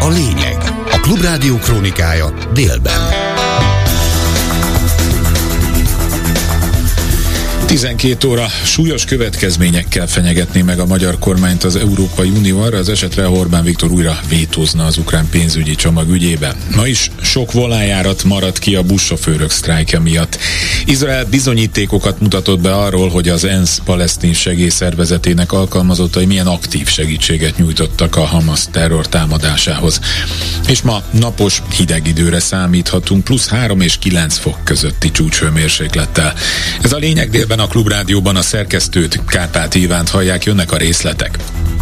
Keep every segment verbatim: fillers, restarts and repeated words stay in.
lényeg. A Klubrádió krónikája délben. tizenkét óra. Súlyos következményekkel fenyegetné meg a magyar kormányt az Európai Unió arra az esetre, ha Orbán Viktor újra vétózna az ukrán pénzügyi csomag ügyében. Ma is sok volánjárat maradt ki a buszsofőrök sztrájkja miatt. Izrael bizonyítékokat mutatott be arról, hogy az ENSZ palesztin segélyszervezetének alkalmazottai milyen aktív segítséget nyújtottak a Hamas terror támadásához. És ma napos, hideg időre számíthatunk, plusz három és kilenc fok közötti csúcshőmérséklettel. Ez a lényeg délben. A Klubrádióban a szerkesztőt, Kárpáti Ivánt hallják, jönnek a részletek.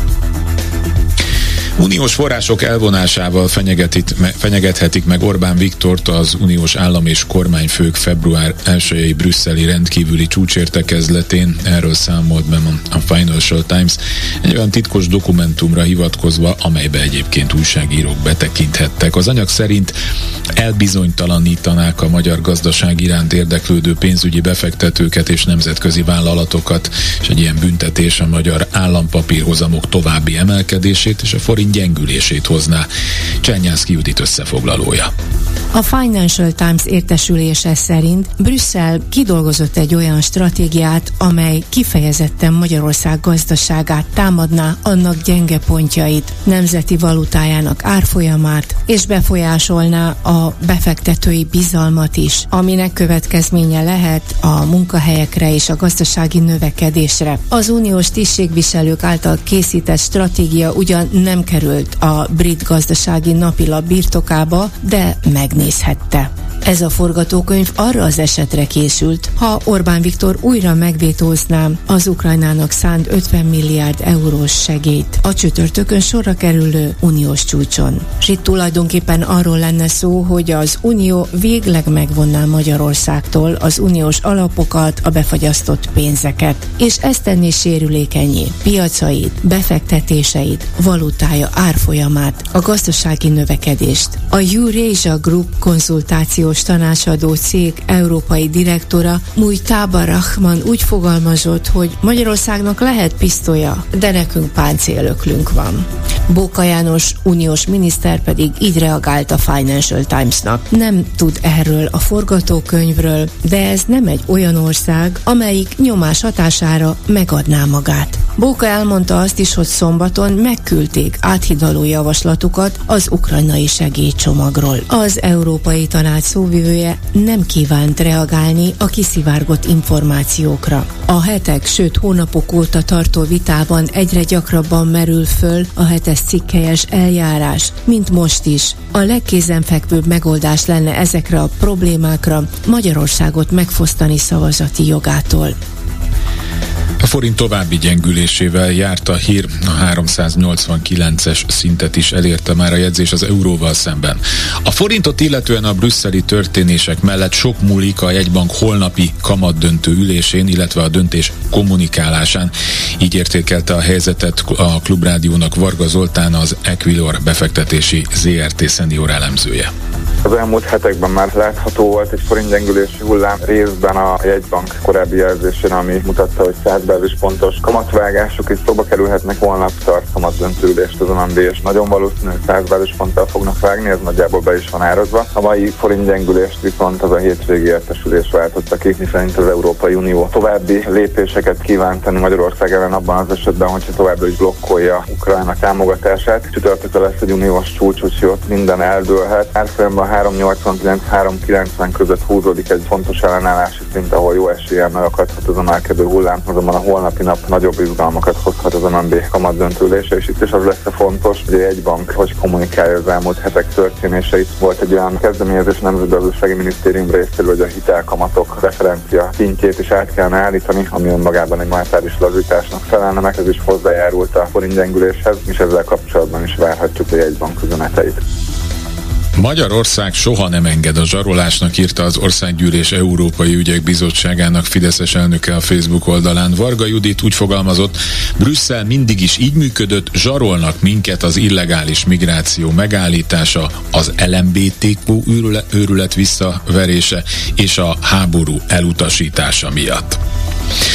Uniós források elvonásával fenyegethetik meg Orbán Viktort az uniós állam és kormányfők február elsejei brüsszeli rendkívüli csúcsértekezletén. Erről számolt be a Financial Times egy olyan titkos dokumentumra hivatkozva, amelybe egyébként újságírók betekinthettek. Az anyag szerint elbizonytalanítanák a magyar gazdaság iránt érdeklődő pénzügyi befektetőket és nemzetközi vállalatokat, és egy ilyen büntetés a magyar állampapírhozamok további emelkedését és a forint gyengülését hozná. Csernyánszky Judit összefoglalója. A Financial Times értesülése szerint Brüsszel kidolgozott egy olyan stratégiát, amely kifejezetten Magyarország gazdaságát támadná, annak gyenge pontjait, nemzeti valutájának árfolyamát, és befolyásolná a befektetői bizalmat is, aminek következménye lehet a munkahelyekre és a gazdasági növekedésre. Az uniós tisztségviselők által készített stratégia ugyan nem került a brit gazdasági napilap birtokába, de megnézhette. Ez a forgatókönyv arra az esetre készült, ha Orbán Viktor újra megvétózná az Ukrajnának szánt ötven milliárd eurós segélyt a csütörtökön sorra kerülő uniós csúcson. És itt tulajdonképpen arról lenne szó, hogy az Unió végleg megvonná Magyarországtól az uniós alapokat, a befagyasztott pénzeket, és ezt tenné sérülékenyé piacait, befektetéseit, valutája árfolyamát, a gazdasági növekedést. A Eurasia Group konzultációs tanácsadó cég európai direktora Mujtaba Rahman úgy fogalmazott, hogy Magyarországnak lehet pisztolya, de nekünk páncélöklünk van. Bóka János uniós miniszter pedig így reagált a Financial Timesnak. Nem tud erről a forgatókönyvről, de ez nem egy olyan ország, amelyik nyomás hatására megadná magát. Bóka elmondta azt is, hogy szombaton megküldték áthidaló javaslatukat az ukrajnai segélycsomagról. Az Európai Tanács szóvivője nem kívánt reagálni a kiszivárgott információkra. A hetek, sőt hónapok óta tartó vitában egyre gyakrabban merül föl a hetes cikkelyes eljárás, mint most is. A legkézenfekvőbb megoldás lenne ezekre a problémákra Magyarországot megfosztani szavazati jogától. A forint további gyengülésével járt a hír, a háromszáznyolcvankilences szintet is elérte már a jegyzés az euróval szemben. A forintot illetően a brüsszeli történések mellett sok múlik a jegybank holnapi kamatdöntő ülésén, illetve a döntés kommunikálásán. Így értékelte a helyzetet a Klubrádiónak Varga Zoltán, az Equilor befektetési zé er té szenior elemzője. Az elmúlt hetekben már látható volt egy forintgyengülési hullám részben a jegybank korábbi jelzésén, ami mutatta, hogy száz bázispontos kamatvágások is szóba kerülhetnek, holnap tart kamatdöntőülést az em en bé, és nagyon valószínű, hogy száz bázisponttal fognak vágni, ez nagyjából be is van árazva. A mai forintgyengülést viszont az a hétvégi értesülés váltotta ki, miszerint az Európai Unió további lépéseket kíván tenni Magyarország ellen abban az esetben, hogyha továbbra is blokkolja Ukrajna támogatását. Csütörtökön lesz egy uniós csúcs, úgyhogy ott minden eldőlhet. Árfolyamban három nyolcvankilenc három kilencven között húzódik egy fontos ellenállási szint, ahol jó eséllyel megakadhat az emelkedő hullám, azonban a holnapi nap nagyobb izgalmakat hozhat az em en bé kamatdöntőülése, és itt is az lesz a fontos, hogy a jegybank hogy kommunikálja az elmúlt hetek történéseit. Volt egy olyan kezdeményezés a Nemzetgazdasági Minisztérium részéről, hogy a hitelkamatok referencia szintjét is át kellene állítani, ami önmagában egy monetáris lazításnak felelne meg, ez is hozzájárult a forintgyengüléshez, és ezzel kapcsolatban is várhatjuk a jegybank üzeneteit. Magyarország soha nem enged a zsarolásnak, írta az Országgyűlés Európai Ügyek Bizottságának fideszes elnöke a Facebook oldalán. Varga Judit úgy fogalmazott, Brüsszel mindig is így működött, zsarolnak minket az illegális migráció megállítása, az el em bé té kú őrület visszaverése és a háború elutasítása miatt.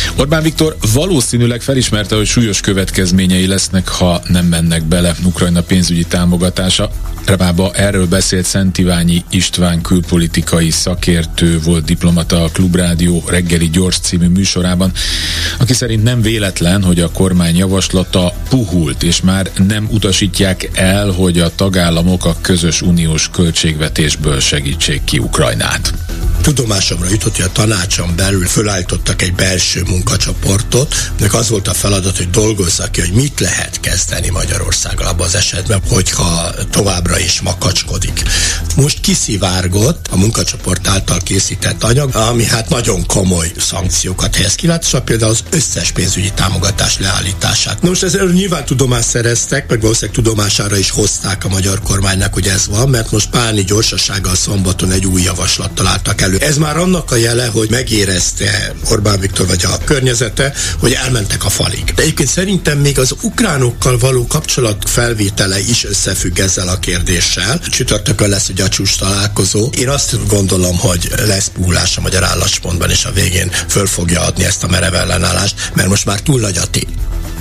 Orbán Viktor valószínűleg felismerte, hogy súlyos következményei lesznek, ha nem mennek bele Ukrajna pénzügyi támogatása. Rába erről beszélt Szent Iványi István külpolitikai szakértő, volt diplomata a Klubrádió reggeli gyors című műsorában, aki szerint nem véletlen, hogy a kormány javaslata puhult, és már nem utasítják el, hogy a tagállamok a közös uniós költségvetésből segítsék ki Ukrajnát. Tudomásomra jutott, hogy a tanácson belül fölállítottak egy belső munkacsoportot, aminek az volt a feladat, hogy dolgozzak ki, hogy mit lehet kezdeni Magyarországgal abban az esetben, hogyha továbbra is makacskodik. Most kiszivárgott a munkacsoport által készített anyag, ami hát nagyon komoly szankciókat helyez kilátásra, például az összes pénzügyi támogatás leállítását. Na most ezzel nyilván tudomást szereztek, meg valószínűleg tudomására is hozták a magyar kormánynak, hogy ez van, mert most Pálni gyorsasággal szombaton egy új javaslattal álltak elő. Ez már annak a jele, hogy megérezte Orbán Viktor vagy a környezete, hogy elmentek a falig. De egyébként szerintem még az ukránokkal való kapcsolat felvétele is összefügg ezzel a kérdéssel. Csütörtökön lesz ugye a csúcs találkozó. Én azt gondolom, hogy lesz puhulás a magyar álláspontban, és a végén föl fogja adni ezt a merev ellenállást, mert most már túl nagy a tény.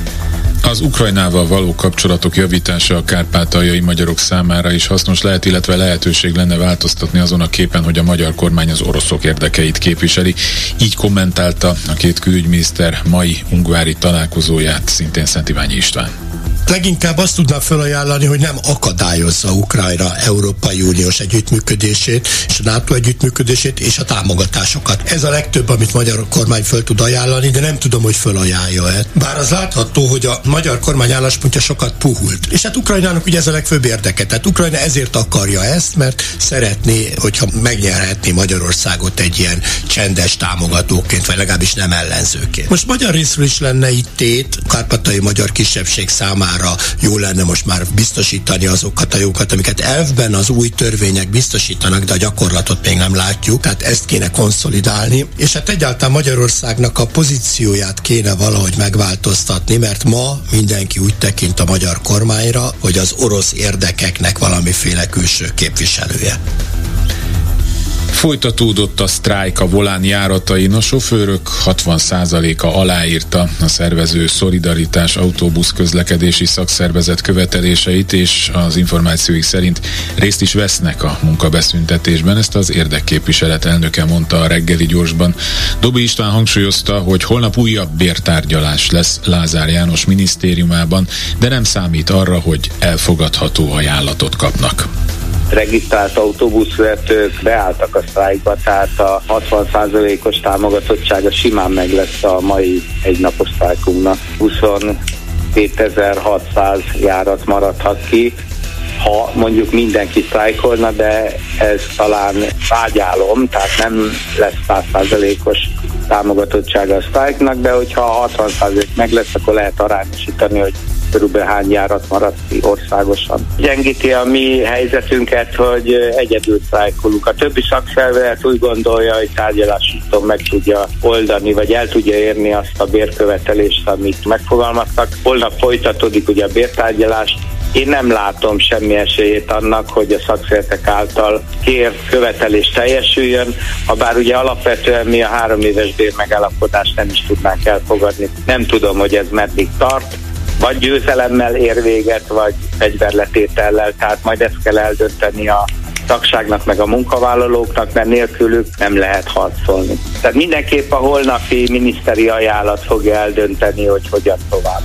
Az Ukrajnával való kapcsolatok javítása a kárpátaljai magyarok számára is hasznos lehet, illetve lehetőség lenne változtatni azon a képen, hogy a magyar kormány az oroszok érdekeit képviseli. Így kommentálta a két külügyminiszter mai ungvári találkozóját szintén Szent Iványi István. Leginkább azt tudnám felajánlani, hogy nem akadályozza Ukrajna Európai Uniós együttműködését, és a NATO együttműködését, és a támogatásokat. Ez a legtöbb, amit magyar kormány föl tud ajánlani, de nem tudom, hogy felajánlja-e. Bár az látható, hogy a magyar kormány álláspontja sokat puhult. És hát Ukrajnának ugye ez a legfőbb érdeke. Tehát Ukrajna ezért akarja ezt, mert szeretné, hogyha megnyerhetné Magyarországot egy ilyen csendes támogatóként, vagy legalábbis nem ellenzőként. Most magyar részről is lenne itt tét, kárpátaljai magyar kisebbség számára jó lenne most már biztosítani azokat a jogokat, amiket elvben az új törvények biztosítanak, de a gyakorlatot még nem látjuk, tehát ezt kéne konszolidálni, és hát egyáltalán Magyarországnak a pozícióját kéne valahogy megváltoztatni, mert ma mindenki úgy tekint a magyar kormányra, hogy az orosz érdekeknek valamiféle külső képviselője. Folytatódott a sztrájk a Volán járatain, a sofőrök hatvan százaléka aláírta a szervező Szolidaritás autóbusz közlekedési szakszervezet követeléseit, és az információik szerint részt is vesznek a munkabeszüntetésben. Ezt az érdekképviselet elnöke mondta a reggeli gyorsban. Dobi István hangsúlyozta, hogy holnap újabb bértárgyalás lesz Lázár János minisztériumában, de nem számít arra, hogy elfogadható ajánlatot kapnak. Regisztrált autóbuszvezetők beálltak a sztrájkba, tehát a hatvan százalékos támogatottsága simán meg lesz a mai egynapos sztrájkunknak. huszonkétezer-hatszáz járat maradhat ki, ha mondjuk mindenki sztrájkolna, de ez talán vágyálom, tehát nem lesz száz százalékos támogatottsága a sztrájknak, de hogyha hatvan százalék meg lesz, akkor lehet arányosítani, hogy körülbelül hány járat maradt ki országosan. Gyengíti a mi helyzetünket, hogy egyedül sztrájkolunk. A többi szakszervezet úgy gondolja, hogy tárgyalásúton meg tudja oldani, vagy el tudja érni azt a bérkövetelést, amit megfogalmaztak. Holnap folytatódik ugye a bértárgyalás. Én nem látom semmi esélyét annak, hogy a szakszervezetek által kért követelés teljesüljön, ha bár ugye alapvetően mi a három éves bérmegállapodást nem is tudnánk elfogadni. Nem tudom, hogy ez meddig tart, vagy győzelemmel ér véget, vagy fegyverletétellel, tehát majd ezt kell eldönteni a tagságnak meg a munkavállalóknak, mert nélkülük nem lehet harcolni. Tehát mindenképp a holnapi miniszteri ajánlat fogja eldönteni, hogy hogyan tovább.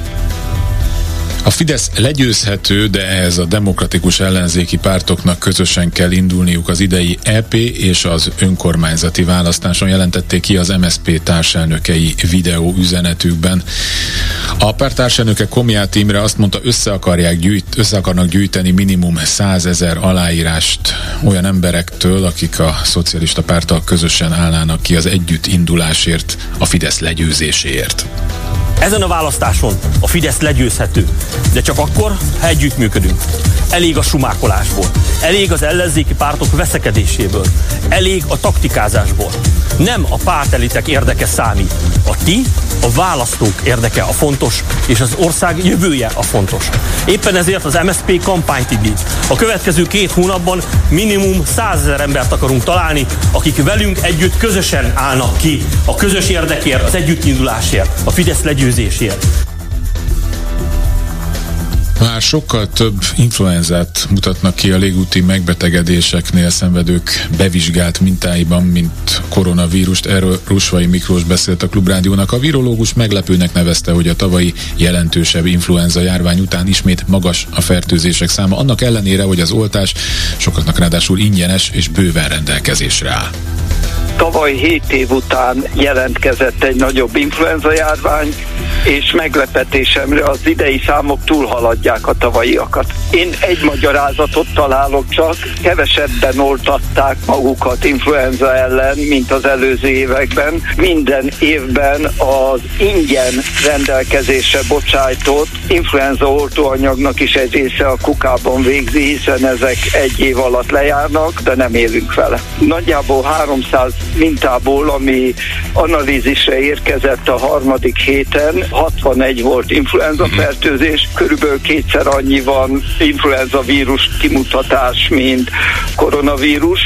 A Fidesz legyőzhető, de ehhez a demokratikus ellenzéki pártoknak közösen kell indulniuk az idei é pé és az önkormányzati választáson, jelentették ki az em es zé pé társelnökei videó üzenetükben. A párt társelnöke Komját Imre azt mondta, össze, akarják gyűjt, össze akarnak gyűjteni minimum százezer aláírást olyan emberektől, akik a szocialista párttal közösen állnának ki az együttindulásért, a Fidesz legyőzéséért. Ezen a választáson a Fidesz legyőzhető, de csak akkor, ha együttműködünk. Elég a sumákolásból, elég az ellenzéki pártok veszekedéséből, elég a taktikázásból. Nem a pártelitek érdeke számít. A ti, a választók érdeke a fontos, és az ország jövője a fontos. Éppen ezért az em es zé pé kampányt indít. A következő két hónapban minimum százezer embert akarunk találni, akik velünk együtt közösen állnak ki a közös érdekért, az együttindulásért, a Fidesz legyőzésért. Már sokkal több influenzát mutatnak ki a légúti megbetegedéseknél szenvedők bevizsgált mintáiban, mint koronavírust. Erről Rusvai Miklós beszélt a Klubrádiónak. A virológus meglepőnek nevezte, hogy a tavalyi jelentősebb influenza járvány után ismét magas a fertőzések száma, annak ellenére, hogy az oltás sokaknak ráadásul ingyenes és bőven rendelkezésre áll. Tavaly hét év után jelentkezett egy nagyobb influenza járvány, és meglepetésemre az idei számok túlhaladják a tavalyiakat. Én egy magyarázatot találok csak, kevesebben oltatták magukat influenza ellen, mint az előző években. Minden évben az ingyen rendelkezésre bocsájtott influenza oltóanyagnak is egy része a kukában végzi, hiszen ezek egy év alatt lejárnak, de nem élünk vele. Nagyjából háromszáz mintából, ami analízisre érkezett a harmadik héten, hatvanegy volt influenza fertőzés, körülbelül kétszer annyi van influenza vírus kimutatás, mint koronavírus.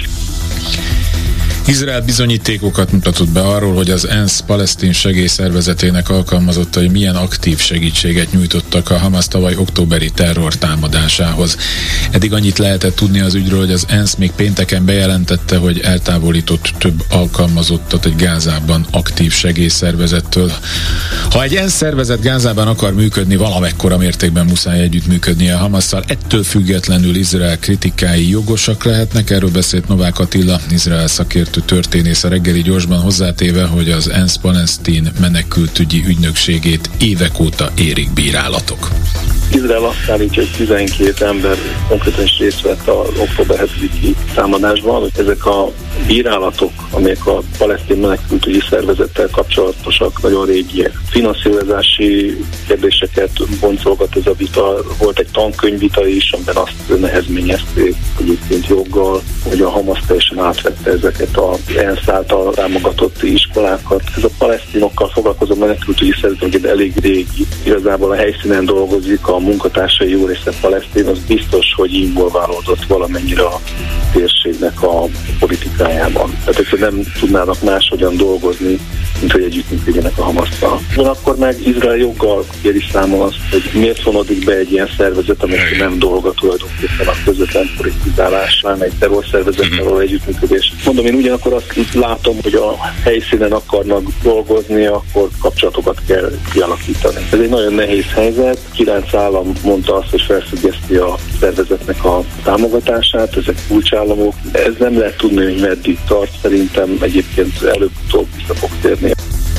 Izrael bizonyítékokat mutatott be arról, hogy az ENSZ palesztin segélyszervezetének alkalmazottai milyen aktív segítséget nyújtottak a Hamas tavaly októberi terror támadásához. Eddig annyit lehetett tudni az ügyről, hogy az ENSZ még pénteken bejelentette, hogy eltávolított több alkalmazottat egy Gázában aktív segélyszervezettől. Ha egy ENSZ szervezet Gázában akar működni, valamekkora mértékben muszáj együttműködnie a Hamasszal. Ettől függetlenül Izrael kritikái jogosak lehetnek. Erről beszélt Novák Attila, Izrael szakértő történész a Reggeli Gyorsban, hozzátéve, hogy az ENSZ palesztin menekültügyi ügynökségét évek óta érik bírálatok. Izrael azt állítja, hogy tizenkét ember konkrétan is részt vett az október hetediki támadásban, hogy ezek a bírálatok, amelyek a palesztin menekültügyi szervezettel kapcsolatosak, nagyon régiek. Finanszírozási kérdéseket boncolgat ez a vita. Volt egy tankönyvvita is, amiben azt nehezményezték egyébként joggal, hogy a Hamas teljesen átvette ezeket az ENSZ által támogatott iskolákat. Ez a palesztinokkal foglalkozó menekültügyi szervezet elég régi. Igazából a helyszínen dolgozik, a munkatársai jó része palesztin, az biztos, hogy involválódott valamennyire a térségnek a politikájában. Tehát ők nem tudnának máshogyan dolgozni, mint hogy együttműködjenek a Hamasszal. Ugyanakkor meg Izrael joggal kéri számon azt, hogy miért vonódik be egy ilyen szervezet, amelyek nem dolga tulajdonképpen a közvetlen politizálásán, egy terrorszervezettel való együttműködés. Mondom, én ugyanakkor azt látom, hogy a helyszínen akarnak dolgozni, akkor kapcsolatokat kell kialakítani. Ez egy nagyon nehéz helyzet. Kilenc állam mondta azt, hogy felfüggeszti a szervezetnek a támogatását, ezek kulcsállamok. Ez nem lehet tudni, hogy meddig tart, szerintem egyébként előbb-utóbb vissza fog térni.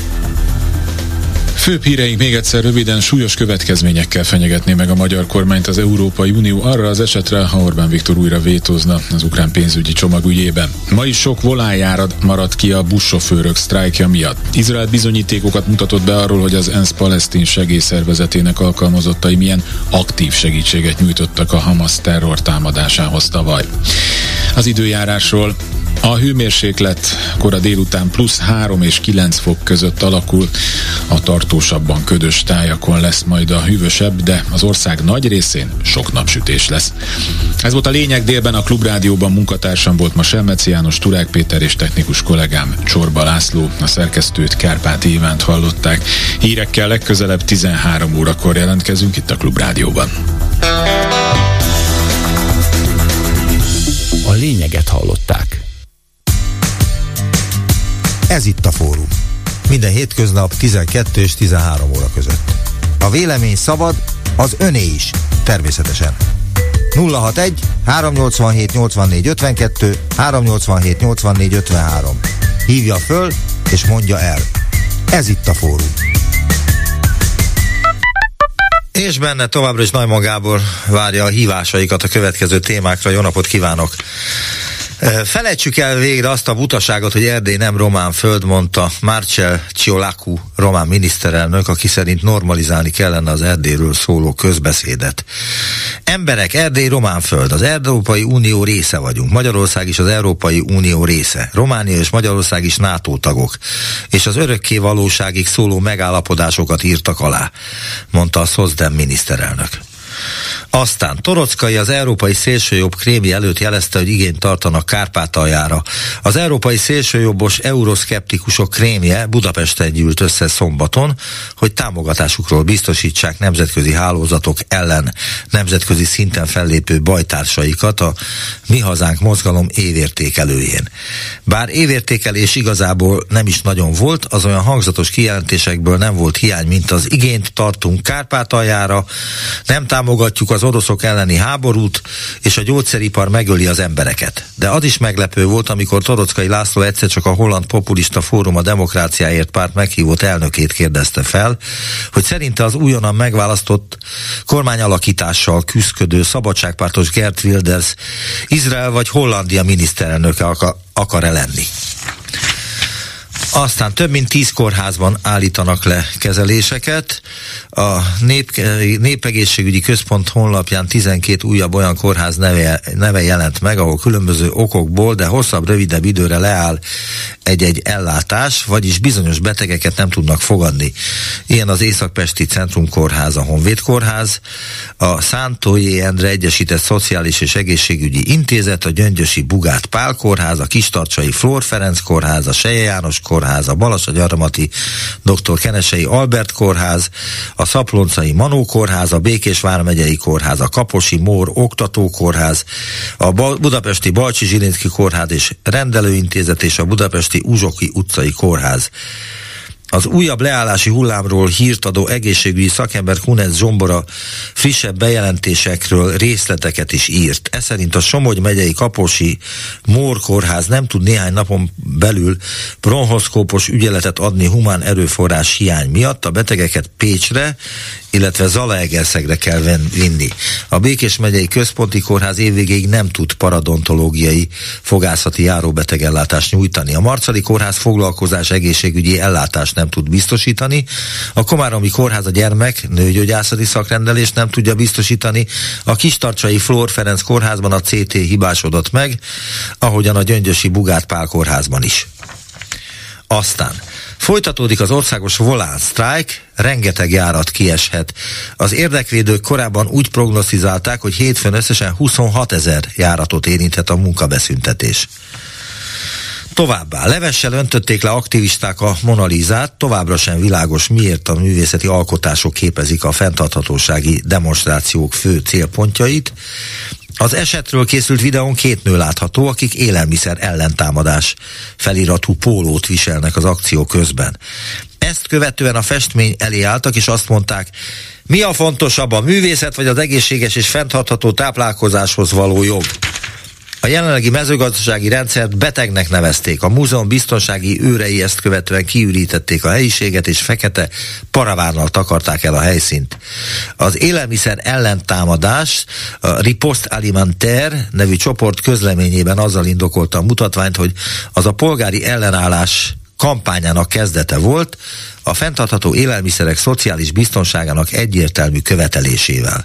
Főbb híreink még egyszer röviden: súlyos következményekkel fenyegetné meg a magyar kormányt az Európai Unió arra az esetre, ha Orbán Viktor újra vétózna az ukrán pénzügyi csomag ügyében. Ma is sok volánjárat maradt ki a buszsofőrök sztrájkja miatt. Izrael bizonyítékokat mutatott be arról, hogy az ENSZ palesztin segélyszervezetének alkalmazottai milyen aktív segítséget nyújtottak a Hamas terror támadásához tavaly. Az időjárásról: a hőmérséklet kora délután plusz három és kilenc fok között alakul, a tartósabban ködös tájakon lesz majd a hűvösebb, de az ország nagy részén sok napsütés lesz. Ez volt a lényeg délben. A Klubrádióban munkatársam volt ma Selmeci János, Turák Péter és technikus kollégám Csorba László, a szerkesztőt Kárpáti Ivánt hallották. Hírekkel legközelebb tizenhárom órakor jelentkezünk itt a Klubrádióban. A lényeget hallották. Ez itt a Fórum. Minden hétköznap tizenkettő és tizenhárom óra között. A vélemény szabad, az öné is, természetesen. nulla hatvanegy, háromnyolcvanhét, nyolcvannégy, ötvenkettő, háromnyolcvanhét, nyolcvannégy, ötvenhárom. Hívja föl és mondja el. Ez itt a Fórum. És benne továbbra is Neumann Gábor várja a hívásaikat a következő témákra. Jó napot kívánok! Felejtsük el végre azt a butaságot, hogy Erdély nem román föld, mondta Marcel Ciolacu román miniszterelnök, aki szerint normalizálni kellene az Erdélyről szóló közbeszédet. Emberek, Erdély román föld, az Európai Unió része vagyunk, Magyarország is az Európai Unió része, Románia és Magyarország is NATO tagok, és az örökké valóságig szóló megállapodásokat írtak alá, mondta a Szozdem miniszterelnök. Aztán Torockai az európai szélsőjobb krémje előtt jelezte, hogy igényt tartanak Kárpátaljára. Az európai szélsőjobbos euroszkeptikusok krémje Budapesten gyűlt össze szombaton, hogy támogatásukról biztosítsák nemzetközi hálózatok ellen nemzetközi szinten fellépő bajtársaikat a Mi Hazánk mozgalom évértékelőjén. Bár évértékelés igazából nem is nagyon volt, az olyan hangzatos kijelentésekből nem volt hiány, mint az igényt tartunk Kárpátaljára, nem támogatjuk az oroszok elleni háborút, és a gyógyszeripar megöli az embereket. De az is meglepő volt, amikor Torockai László egyszer csak a Holland Populista Fórum a Demokráciáért párt meghívott elnökét kérdezte fel, hogy szerinte az újonnan megválasztott kormányalakítással küszködő szabadságpártos Geert Wilders Izrael vagy Hollandia miniszterelnöke akar-e lenni. Aztán több mint tíz kórházban állítanak le kezeléseket. A Nép, Népegészségügyi Központ honlapján tizenkét újabb olyan kórház neve, neve jelent meg, ahol különböző okokból, de hosszabb, rövidebb időre leáll egy-egy ellátás, vagyis bizonyos betegeket nem tudnak fogadni. Ilyen az Észak-Pesti Centrum Kórház, a Honvéd Kórház, a Szántói Endre Egyesített Szociális és Egészségügyi Intézet, a Gyöngyösi Bugát Pál Kórház, a Kistarcsai Flór Ferenc Kórház, a Seje János Kórház, a Balassagyarmati doktor Kenesei Albert Kórház, a Szaploncai Manó Kórház, a Békés vármegyei Kórház, a Kaposi Mór Oktatókórház, a Budapesti Balcsi Zsilinszky Kórház és Rendelőintézet és a Budapesti Uzsoki utcai Kórház. Az újabb leállási hullámról hírt adó egészségügyi szakember Hunec Zsombora frissebb bejelentésekről részleteket is írt. Ez szerint a Somogy megyei Kaposi Mór Kórház nem tud néhány napon belül bronchoszkópos ügyeletet adni humán erőforrás hiány miatt, a betegeket Pécsre, illetve Zalaegerszegre kell vinni. A Békés megyei Központi Kórház évvégéig nem tud paradontológiai fogászati járóbetegellátást nyújtani. A Marcali Kórház foglalkozás egészségügyi ellátást nem tud biztosítani. A Komáromi Kórház a gyermek nőgyógyászati szakrendelést nem tudja biztosítani. A Kistarcsai Flór Ferenc Kórházban a cé té hibásodott meg, ahogyan a Gyöngyösi Bugát Pál Kórházban is. Aztán folytatódik az országos volán sztrájk, rengeteg járat kieshet. Az érdekvédők korábban úgy prognosztizálták, hogy hétfőn összesen huszonhatezer járatot érinthet a munkabeszüntetés. Továbbá levessel öntötték le aktivisták a Mona Lisát, továbbra sem világos, miért a művészeti alkotások képezik a fenntarthatósági demonstrációk fő célpontjait. Az esetről készült videón két nő látható, akik élelmiszer ellentámadás feliratú pólót viselnek az akció közben. Ezt követően a festmény elé álltak, és azt mondták, mi a fontosabb, a művészet vagy az egészséges és fenntartható táplálkozáshoz való jog? A jelenlegi mezőgazdasági rendszert betegnek nevezték, a múzeum biztonsági őrei ezt követően kiürítették a helyiséget, és fekete paravánnal takarták el a helyszínt. Az élelmiszer ellentámadás, a Riposte Alimentaire nevű csoport közleményében azzal indokolta a mutatványt, hogy az a polgári ellenállás kampányának kezdete volt, a fenntartható élelmiszerek szociális biztonságának egyértelmű követelésével.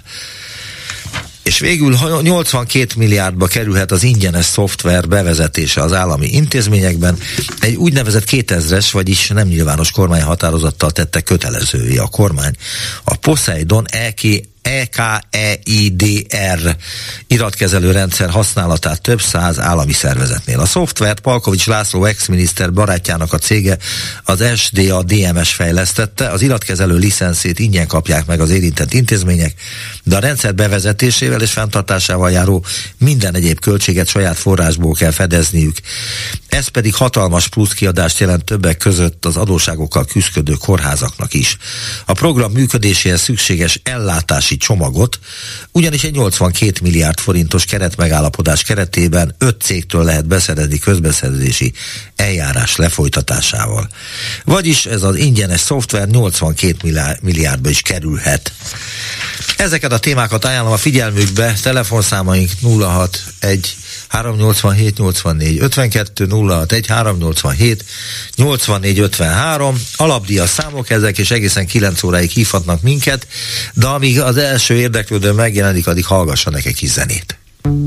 És végül nyolcvankét milliárdba kerülhet az ingyenes szoftver bevezetése az állami intézményekben. Egy úgynevezett kétezres, vagyis nem nyilvános kormányhatározattal tette kötelezővé a kormány a Poseidon E K E I D R iratkezelő rendszer használatát több száz állami szervezetnél. A szoftvert Palkovics László ex-miniszter barátjának a cége, az S D A D M S fejlesztette, az iratkezelő licenszét ingyen kapják meg az érintett intézmények, de a rendszer bevezetésével és fenntartásával járó minden egyéb költséget saját forrásból kell fedezniük. Ez pedig hatalmas plusz kiadást jelent többek között az adósságokkal küszködő kórházaknak is. A program működéséhez szükséges ellátási csomagot, ugyanis egy nyolcvankét milliárd forintos keretmegállapodás keretében öt cégtől lehet beszerezni közbeszerzési eljárás lefolytatásával. Vagyis ez az ingyenes szoftver nyolcvankét milliárdba is kerülhet. Ezeket a témákat ajánlom a figyelmükbe, telefonszámaink nulla hat egy háromnyolcvanhét nyolcvannégy ötvenkettő, nulla hatvanegy háromnyolcvanhét nyolcvannégy ötvenhárom. Alapdíjas számok ezek, és egészen kilenc óráig hívhatnak minket, de amíg az első érdeklődő megjelenik, addig hallgassanak egy kis zenét.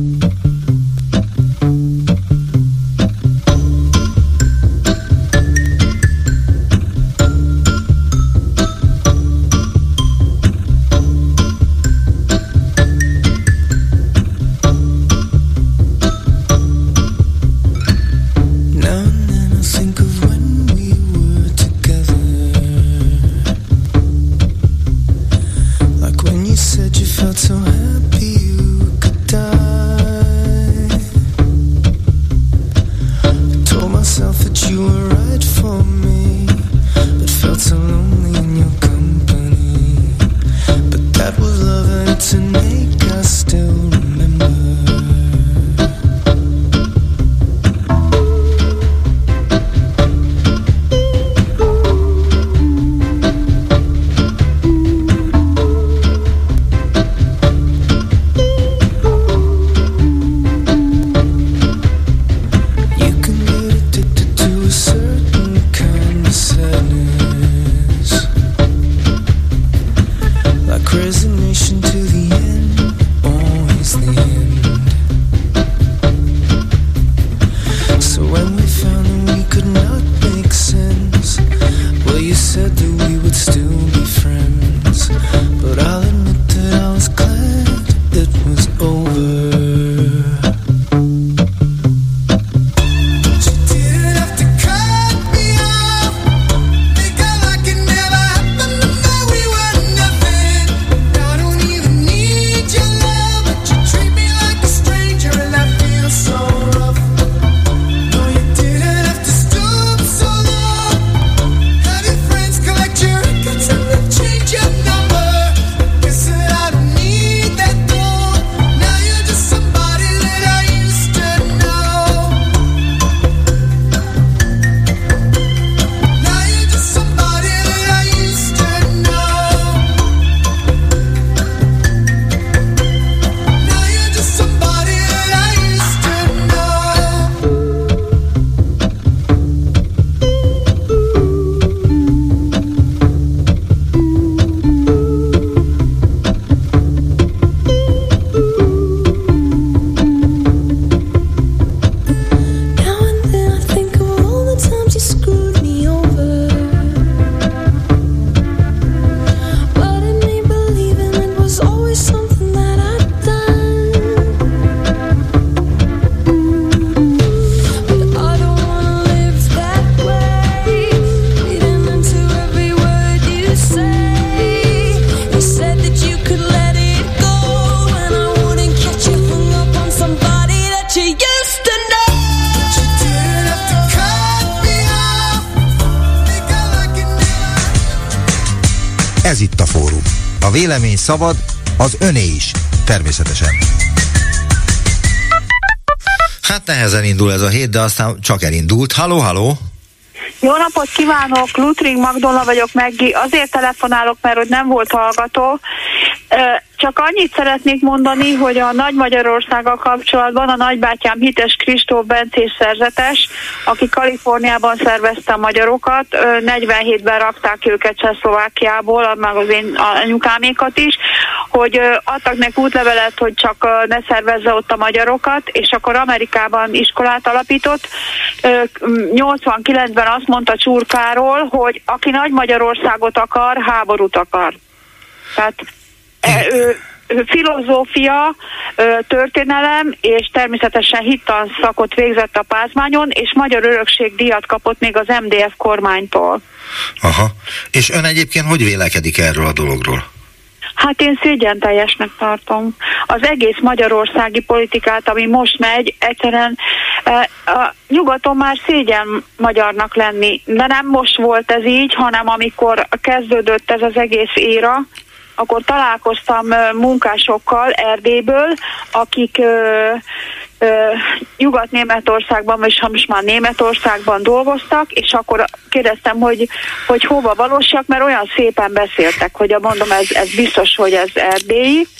Ez itt a Fórum. A vélemény szabad, az öné is, természetesen. Hát nehezen indul ez a hét, de aztán csak elindult. Halló, halló! Jó napot kívánok, Lutring Magdolna vagyok, Meggi. Azért telefonálok, mert hogy nem volt hallgató. Csak annyit szeretnék mondani, hogy a Nagy Magyarországgal kapcsolatban a nagybátyám Hites Kristóf bencés szerzetes, aki Kaliforniában szervezte a magyarokat, negyvenhétben rakták őket Csehszlovákiából, meg az én anyukámékat is, hogy adtak neki útlevelet, hogy csak ne szervezze ott a magyarokat, és akkor Amerikában iskolát alapított. nyolcvankilencben azt mondta Csurkáról, hogy aki Nagy Magyarországot akar, háborút akar. Tehát filozófia, történelem és természetesen hittanszakot végzett a Pázmányon, és magyar örökség díjat kapott még az em dé ef kormánytól. Aha. És ön egyébként hogy vélekedik erről a dologról? Hát én szégyenteljesnek tartom. Az egész magyarországi politikát, ami most megy, egyszerűen a nyugaton már szégyen magyarnak lenni. De nem most volt ez így, hanem amikor kezdődött ez az egész éra, akkor találkoztam munkásokkal Erdélyből, akik ö, ö, Nyugat-Németországban, és ha most már Németországban dolgoztak, és akkor kérdeztem, hogy, hogy hova valósak, mert olyan szépen beszéltek, hogy mondom, ez, ez biztos, hogy ez erdélyi.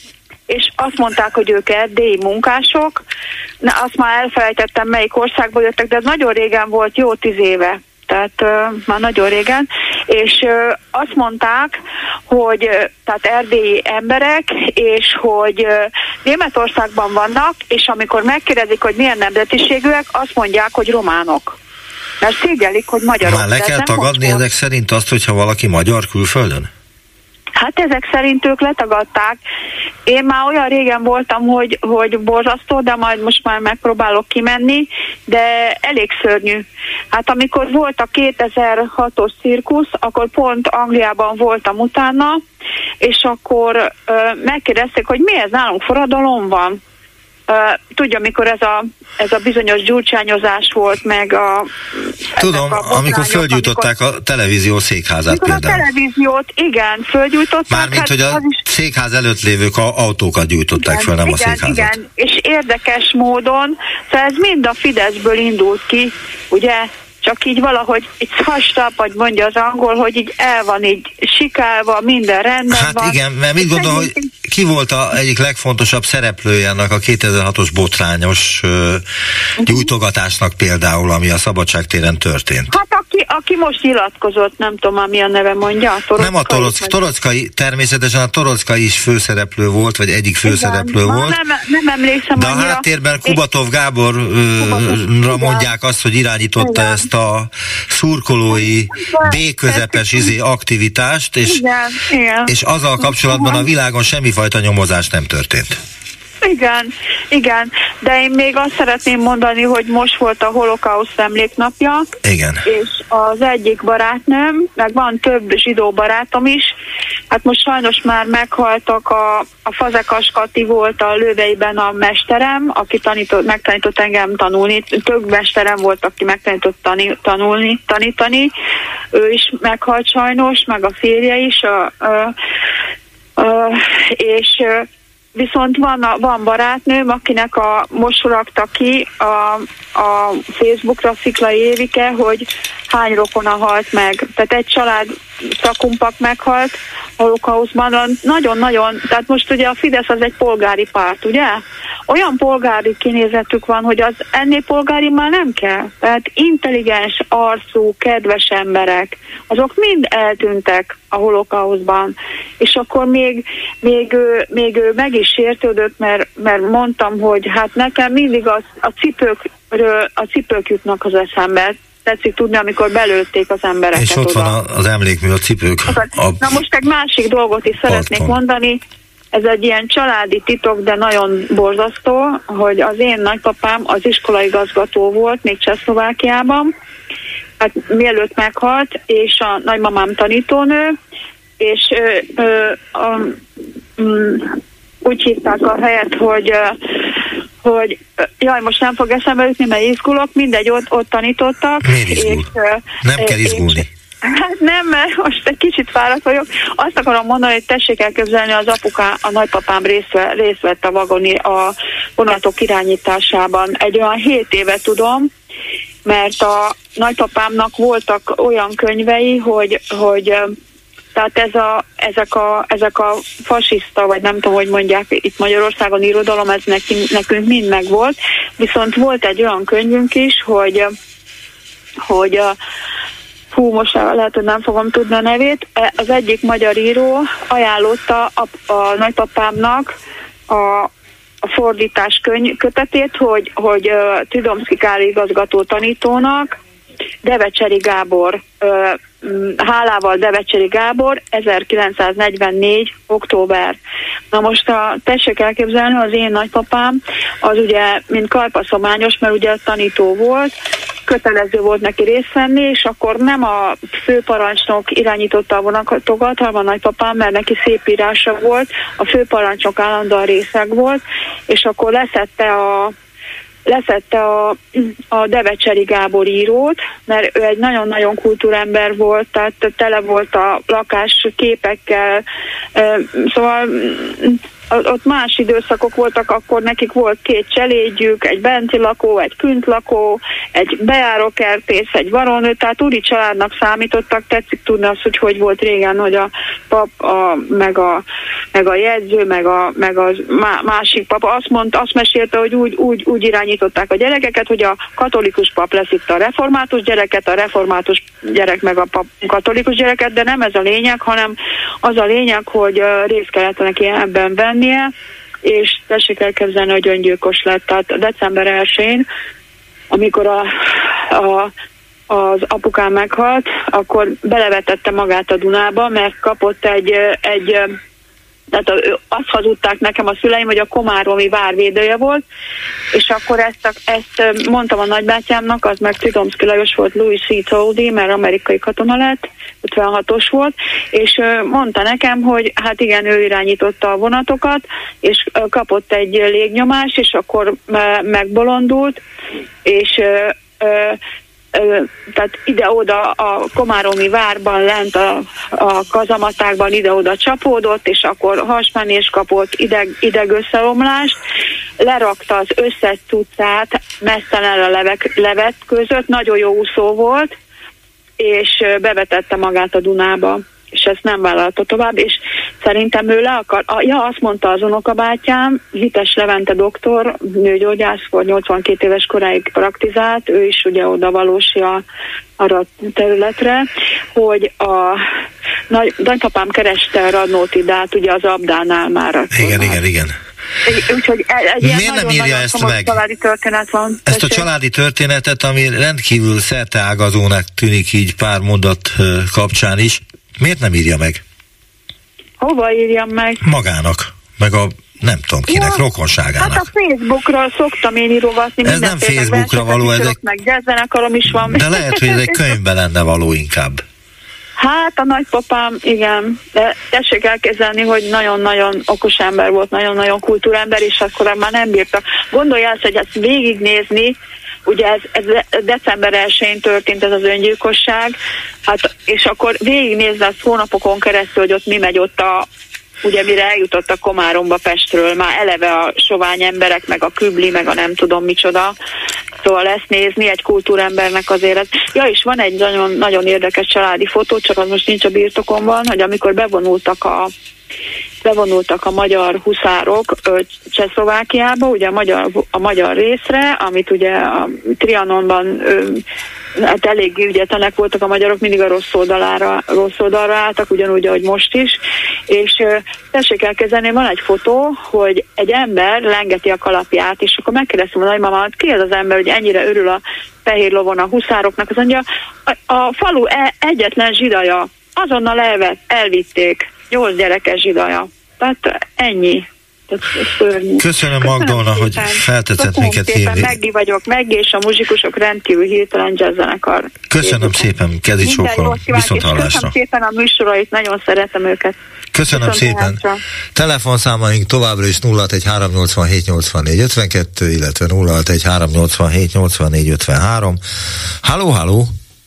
és azt mondták, hogy ők erdélyi munkások. Na, azt már elfelejtettem, melyik országból jöttek, de ez nagyon régen volt, jó tíz éve. Tehát uh, már nagyon régen, és uh, azt mondták, hogy uh, tehát erdélyi emberek, és hogy uh, Németországban vannak, és amikor megkérdezik, hogy milyen nemzetiségűek, azt mondják, hogy románok. Mert szégyelik, hogy magyarok. Már le kell tagadni ezek szerint azt, hogyha valaki magyar külföldön? Hát ezek szerint ők letagadták. Én már olyan régen voltam, hogy, hogy borzasztó, de majd most már megpróbálok kimenni, de elég szörnyű. Hát amikor volt a kétezer-hatos cirkusz, akkor pont Angliában voltam utána, és akkor ö, megkérdezték, hogy mi ez, nálunk forradalom van. Uh, tudja, mikor ez a, ez a bizonyos gyurcsányozás volt, meg a... Tudom, a amikor földgyújtották amikor, a televízió székházát például. A televíziót, igen, földgyújtották. Mármint, hát, hogy a is... székház előtt lévük a autókat gyújtották igen, föl, nem igen, a székházat. Igen, és érdekes módon, szóval ez mind a Fideszből indult ki, ugye? Csak így valahogy egy hastap, vagy mondja az angol, hogy így el van így sikálva, minden rendben hát van. Hát igen, mert mit gondol, hogy ki volt a egyik legfontosabb szereplője annak a kétezer-hatos botrányos uh, gyújtogatásnak például, ami a Szabadságtéren történt? Hát aki, aki most nyilatkozott, nem tudom már mi a neve mondja. A nem a Torock, Torockai, természetesen a Torockai is főszereplő volt, vagy egyik főszereplő igen, volt. Nem, nem emlékszem de annyira. a háttérben Kubatov Gáborra mondják azt, hogy irányította igen. ezt a szurkolói B-közepes izé aktivitást, és, igen, igen. és azzal kapcsolatban a világon semmifajta nyomozás nem történt. Igen, igen, de én még azt szeretném mondani, hogy most volt a holokauszt emléknapja, igen. és az egyik barátnőm, meg van több zsidó barátom is, hát most sajnos már meghaltak, a, a Fazekas Kati volt a Lőveiben a mesterem, aki tanított, megtanított engem tanulni, több mesterem volt, aki megtanított tani, tanulni, tanítani, ő is meghalt sajnos, meg a férje is, a, a, a, és viszont van, a, van barátnőm, akinek a, most rakta ki a, a Facebookra Sziklai Évike, hogy hány rokona halt meg. Tehát egy család szakumpak meghalt holokauszban. Nagyon-nagyon, tehát most ugye a Fidesz az egy polgári párt, ugye? Olyan polgári kinézetük van, hogy az ennél polgári már nem kell. Tehát intelligens, arcú, kedves emberek, azok mind eltűntek a holokauszban. És akkor még, még, ő, még ő meg is sértődött, mert, mert mondtam, hogy hát nekem mindig az, a, cipőkről, a cipők jutnak az eszembe. Tetszik tudni, amikor belőtték az embereket. És ott oda. van az emlékmű, a cipők. A... Na most egy másik dolgot is szeretnék Arton. mondani. Ez egy ilyen családi titok, de nagyon borzasztó, hogy az én nagypapám az iskolaigazgató volt, még Csehszlovákiában, hát mielőtt meghalt, és a nagymamám tanítónő, és ö, ö, a, m, úgy hívták a helyet, hogy hogy jaj, most nem fog eszembe jutni, mert izgulok, mindegy, ott, ott tanítottak. Miért izgul? És, nem kell izgulni. És, hát nem, mert most egy kicsit fáradt vagyok. Azt akarom mondani, hogy tessék elképzelni, az apuká, a nagypapám részt, részt vett a vagoni a vonatok irányításában. Egy olyan hét éve tudom, mert a nagypapámnak voltak olyan könyvei, hogy, hogy tehát ez a, ezek, a, ezek a fasiszta, vagy nem tudom, hogy mondják itt Magyarországon irodalom, ez neki, nekünk mind megvolt, viszont volt egy olyan könyvünk is, hogy, hogy hú, most lehet, hogy nem fogom tudni a nevét, az egyik magyar író ajánlotta a, a nagypapámnak a, a fordítás könyv, kötetét, hogy, hogy uh, Tridomszky Károly igazgató tanítónak, Devecseri Gábor, uh, hálával Devecseri Gábor, ezerkilencszáznegyvennégy. október. Na most a, tessék elképzelni, az én nagypapám, az ugye, mint karpaszományos, mert ugye tanító volt, kötelező volt neki részt venni, és akkor nem a főparancsnok irányította a vonatokat, hanem a nagypapám, mert neki szép írása volt, a főparancsnok állandóan részeg volt, és akkor leszette a leszette a, a Devecseri Gábor írót, mert ő egy nagyon-nagyon kultúrember volt, tehát tele volt a lakás képekkel, szóval ott más időszakok voltak, akkor nekik volt két cselédjük, egy benti lakó, egy künt lakó, egy bejárókertész, egy varonő, tehát úri családnak számítottak. Tetszik tudni azt, hogy hogy volt régen, hogy a pap, a, meg, a, meg a jegyző, meg a, meg a másik pap azt mondta, azt mesélte, hogy úgy, úgy, úgy irányították a gyerekeket, hogy a katolikus pap leszitta a református gyereket, a református gyerek meg a pap, katolikus gyereket, de nem ez a lényeg, hanem az a lényeg, hogy részt kellett neki ebben vennie, és tessék elképzelni, hogy öngyilkos lett. Tehát december elsején, amikor a, a, az apukám meghalt, akkor belevetette magát a Dunába, mert kapott egy, egy tehát azt hazudták nekem a szüleim, hogy a komáromi várvédője volt, és akkor ezt, a, ezt mondtam a nagybátyámnak, az meg Tridomszky Lajos volt, Louis C. Toldy, mert amerikai katona lett, ötvenhatos volt, és mondta nekem, hogy hát igen, ő irányította a vonatokat, és kapott egy légnyomást, és akkor megbolondult, és tehát ide-oda a komáromi várban lent a, a kazamatákban ide-oda csapódott, és akkor hasmenés kapott, ideg, idegösszeomlást, lerakta az összes cuccát mesztelen a levek, levet között, nagyon jó úszó volt, és bevetette magát a Dunába, és ezt nem vállalta tovább, és szerintem ő le akar, a, ja, azt mondta az unokabátyám, Hites Levente doktor, nőgyógyász volt, nyolcvankét éves koráig praktizált, ő is ugye oda valósi a, arra a területre, hogy a nagy, nagypapám kereste Radnótidát, ugye az Abdánál már. Igen, igen, igen. Úgyhogy egy Miért ilyen nem nagyon, írja nagyon ezt komoly meg? családi történet van. Ezt a családi történetet, ami rendkívül szerteágazónak tűnik így pár mondat kapcsán is, miért nem írja meg? Hova írjam meg? Magának, meg a nem tudom kinek, ja, rokonságának. Hát a Facebookra szoktam én írogatni. Ez nem Facebookra való, ez egy... meg jazzzenekarom is van. De lehet, hogy ez egy könyvben lenne való inkább. Hát a nagypapám, igen, de tessék elképzelni, hogy nagyon-nagyon okos ember volt, nagyon-nagyon kultúrember, és akkor már nem bírta. Gondolj el, hogy ezt végignézni, ugye ez, ez december elsején történt ez az öngyilkosság, hát, és akkor végignézni azt hónapokon keresztül, hogy ott mi megy ott a, ugye mire eljutott a Komáromba Pestről, már eleve a sovány emberek, meg a kübli, meg a nem tudom micsoda, szóval lesz nézni egy kultúrembernek az élet. Ja, és van egy nagyon, nagyon érdekes családi fotó, csak az most nincs a birtokomban, hogy amikor bevonultak a bevonultak a magyar huszárok Csehszlovákiába, ugye a magyar, a magyar részre, amit ugye a Trianonban hát eléggé ügyetlenek voltak a magyarok, mindig a rossz oldalára, rossz oldalra álltak, ugyanúgy, ahogy most is, és tessék elkezdeni, van egy fotó, hogy egy ember lengeti a kalapját, és akkor megkérdeztem a nagymamámat, ki ez az ember, hogy ennyire örül a fehér lovon a huszároknak, az mondja, a, a falu e, egyetlen zsidaja, azonnal elvett, elvitték, nyolc gyerekes zsidaja. Tehát ennyi. Köszönöm, Köszönöm Magdolna, hogy feltetett minket hívni. Meggi vagyok, Meggi és a muzsikusok rendkívül hirtelen jazzzenekar. Köszönöm szépen, kezi csókolom, viszont hallásra. Köszönöm szépen a műsorait, nagyon szeretem őket. Köszönöm viszont szépen. Hallásra. Telefonszámaink továbbra is nulla hat egy három nyolc hét nyolc négy ötvenkettő, illetve nulla hat egy három nyolc hét nyolc négy ötvenhárom. Halló, halló!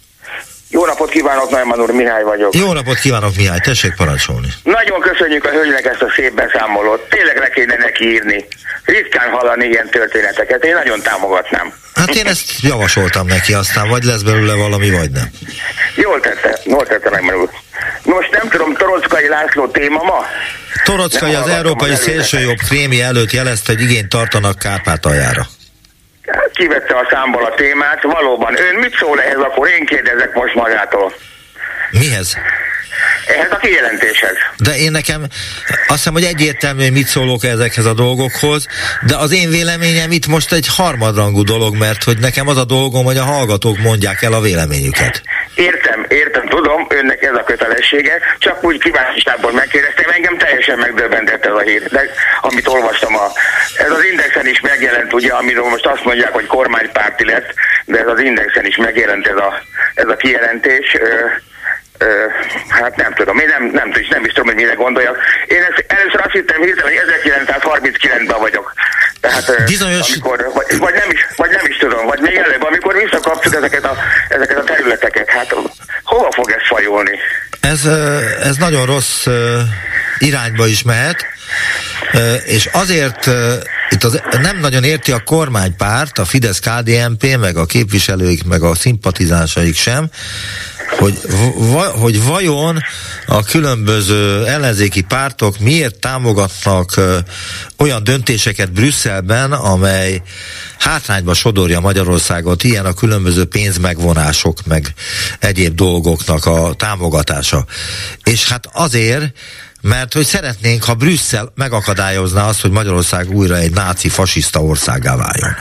Jó napot kívánok, Neumann úr, Mihály vagyok. Jó napot kívánok, Mihály, tessék parancsolni. Nagyon köszönjük a hölgynek ezt a szép beszámolót. Tényleg le kéne neki írni. Ritkán hallani ilyen történeteket. Én nagyon támogatnám. Hát én ezt javasoltam neki, aztán vagy lesz belőle valami, vagy nem. Jól tette, jól tette Neumann úr. Most nem tudom, Torockai László téma ma? Torockai az európai szélsőjobb krémi előtt jelezte, hogy igényt tartanak Kárpátaljára. Kivette a számból a témát, valóban. Ön mit szól ehhez, akkor én kérdezek most magától. Mihez? Ehhez a kijelentéshez. De én nekem azt hiszem, hogy egyértelmű, hogy mit szólok ezekhez a dolgokhoz, de az én véleményem itt most egy harmadrangú dolog, mert hogy nekem az a dolgom, hogy a hallgatók mondják el a véleményüket. Értem, értem, tudom, önnek ez a kötelessége, csak úgy kíváncsiságból megkérdeztem, engem teljesen megdöbbentett ez a hír, de amit olvastam, a, ez az Indexen is megjelent, ugye, amiről most azt mondják, hogy kormánypárti lett, de ez az Indexen is megjelent ez a, ez a kijelentés. Ö, ö, hát nem tudom, én nem, nem, nem, nem is tudom, hogy mire gondoljak. Én ezt, először azt hittem hirtelen, hogy ezerkilencszázharminckilencben vagyok. Tehát, bizonyos... amikor, vagy, vagy, nem is, vagy nem is tudom, vagy még előbb, amikor visszakapjuk ezeket a, ezeket a területeket, hát hova fog ez fajulni? Ez, ez nagyon rossz irányba is mehet, És azért itt az, nem nagyon érti a kormánypárt, a Fidesz-ká dé en pé, meg a képviselőik, meg a szimpatizánsaik sem, hogy, va, hogy vajon a különböző ellenzéki pártok miért támogatnak ö, olyan döntéseket Brüsszelben, amely hátrányba sodorja Magyarországot, ilyen a különböző pénzmegvonások, meg egyéb dolgoknak a támogatása. És hát azért, mert hogy szeretnénk, ha Brüsszel megakadályozná azt, hogy Magyarország újra egy náci fasiszta országgá váljon.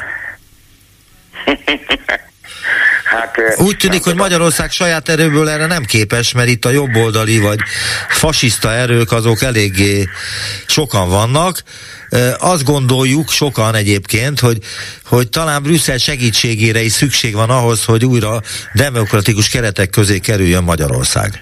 Hát, úgy tűnik, hogy Magyarország saját erőből erre nem képes, mert itt a jobboldali vagy fasiszta erők azok eléggé sokan vannak. Azt gondoljuk sokan egyébként, hogy, hogy talán Brüsszel segítségére is szükség van ahhoz, hogy újra demokratikus keretek közé kerüljön Magyarország.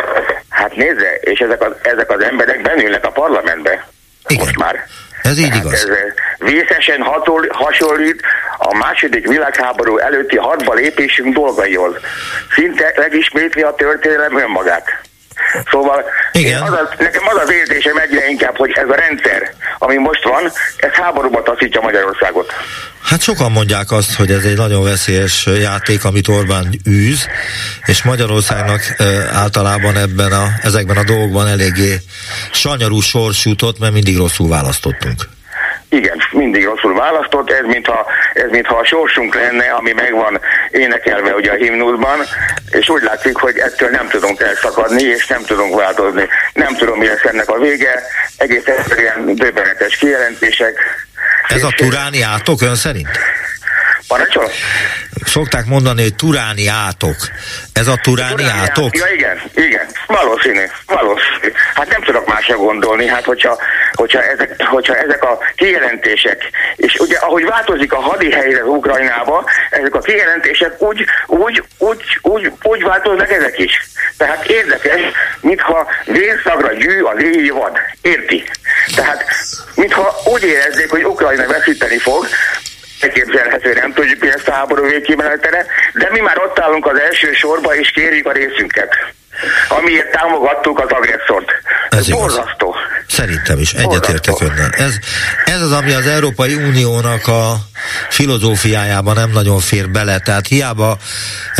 Hát nézze, és ezek az, ezek az emberek bennülnek a parlamentbe. Igen. Most már. Ez így igaz. Ez vészesen hatol, hasonlít a második világháború előtti hadba lépésünk dolgaihoz. Szinte megismétli a történelem önmagát. Szóval igen. Az az, nekem az az érzésem egyre inkább, hogy ez a rendszer, ami most van, ez háborúba taszítja Magyarországot. Hát sokan mondják azt, hogy ez egy nagyon veszélyes játék, amit Orbán űz, és Magyarországnak e, általában ebben a, ezekben a dolgokban eléggé sanyarú sors jutott, mert mindig rosszul választottunk. Igen, mindig rosszul választott, ez mintha, ez mintha a sorsunk lenne, ami megvan énekelve ugye a himnuszban, és úgy látszik, hogy ettől nem tudunk elszakadni, és nem tudunk változni. Nem tudom, mi lesz ennek a vége, egész egyszerűen döbbenetes kijelentések. Ez a turáni átok ön szerint? Parancsol? Szokták mondani, hogy turáni átok. Ez a turáni, turáni átok? Ja, igen, igen. Valószínű, valószínű. Hát nem tudok másra gondolni, hát hogyha, hogyha, ezek, hogyha ezek a kijelentések, és ugye ahogy változik a hadihelyzet Ukrajnába, ezek a kijelentések úgy, úgy, úgy, úgy, úgy változnak ezek is. Tehát érdekes, mintha vérszagra gyű az éjjel vad. Érti? Tehát, mintha úgy érezzék, hogy Ukrajna veszíteni fog, elképzelhető, nem tudjuk, hogy ezt a háború végkimenetele, de mi már ott állunk az első sorba, és kérjük a részünket, amiért támogattuk az agresszort. Ez borzasztó. Szerintem is, egyetértek önnel. Ez, ez az, ami az Európai Uniónak a filozófiájában nem nagyon fér bele, tehát hiába e,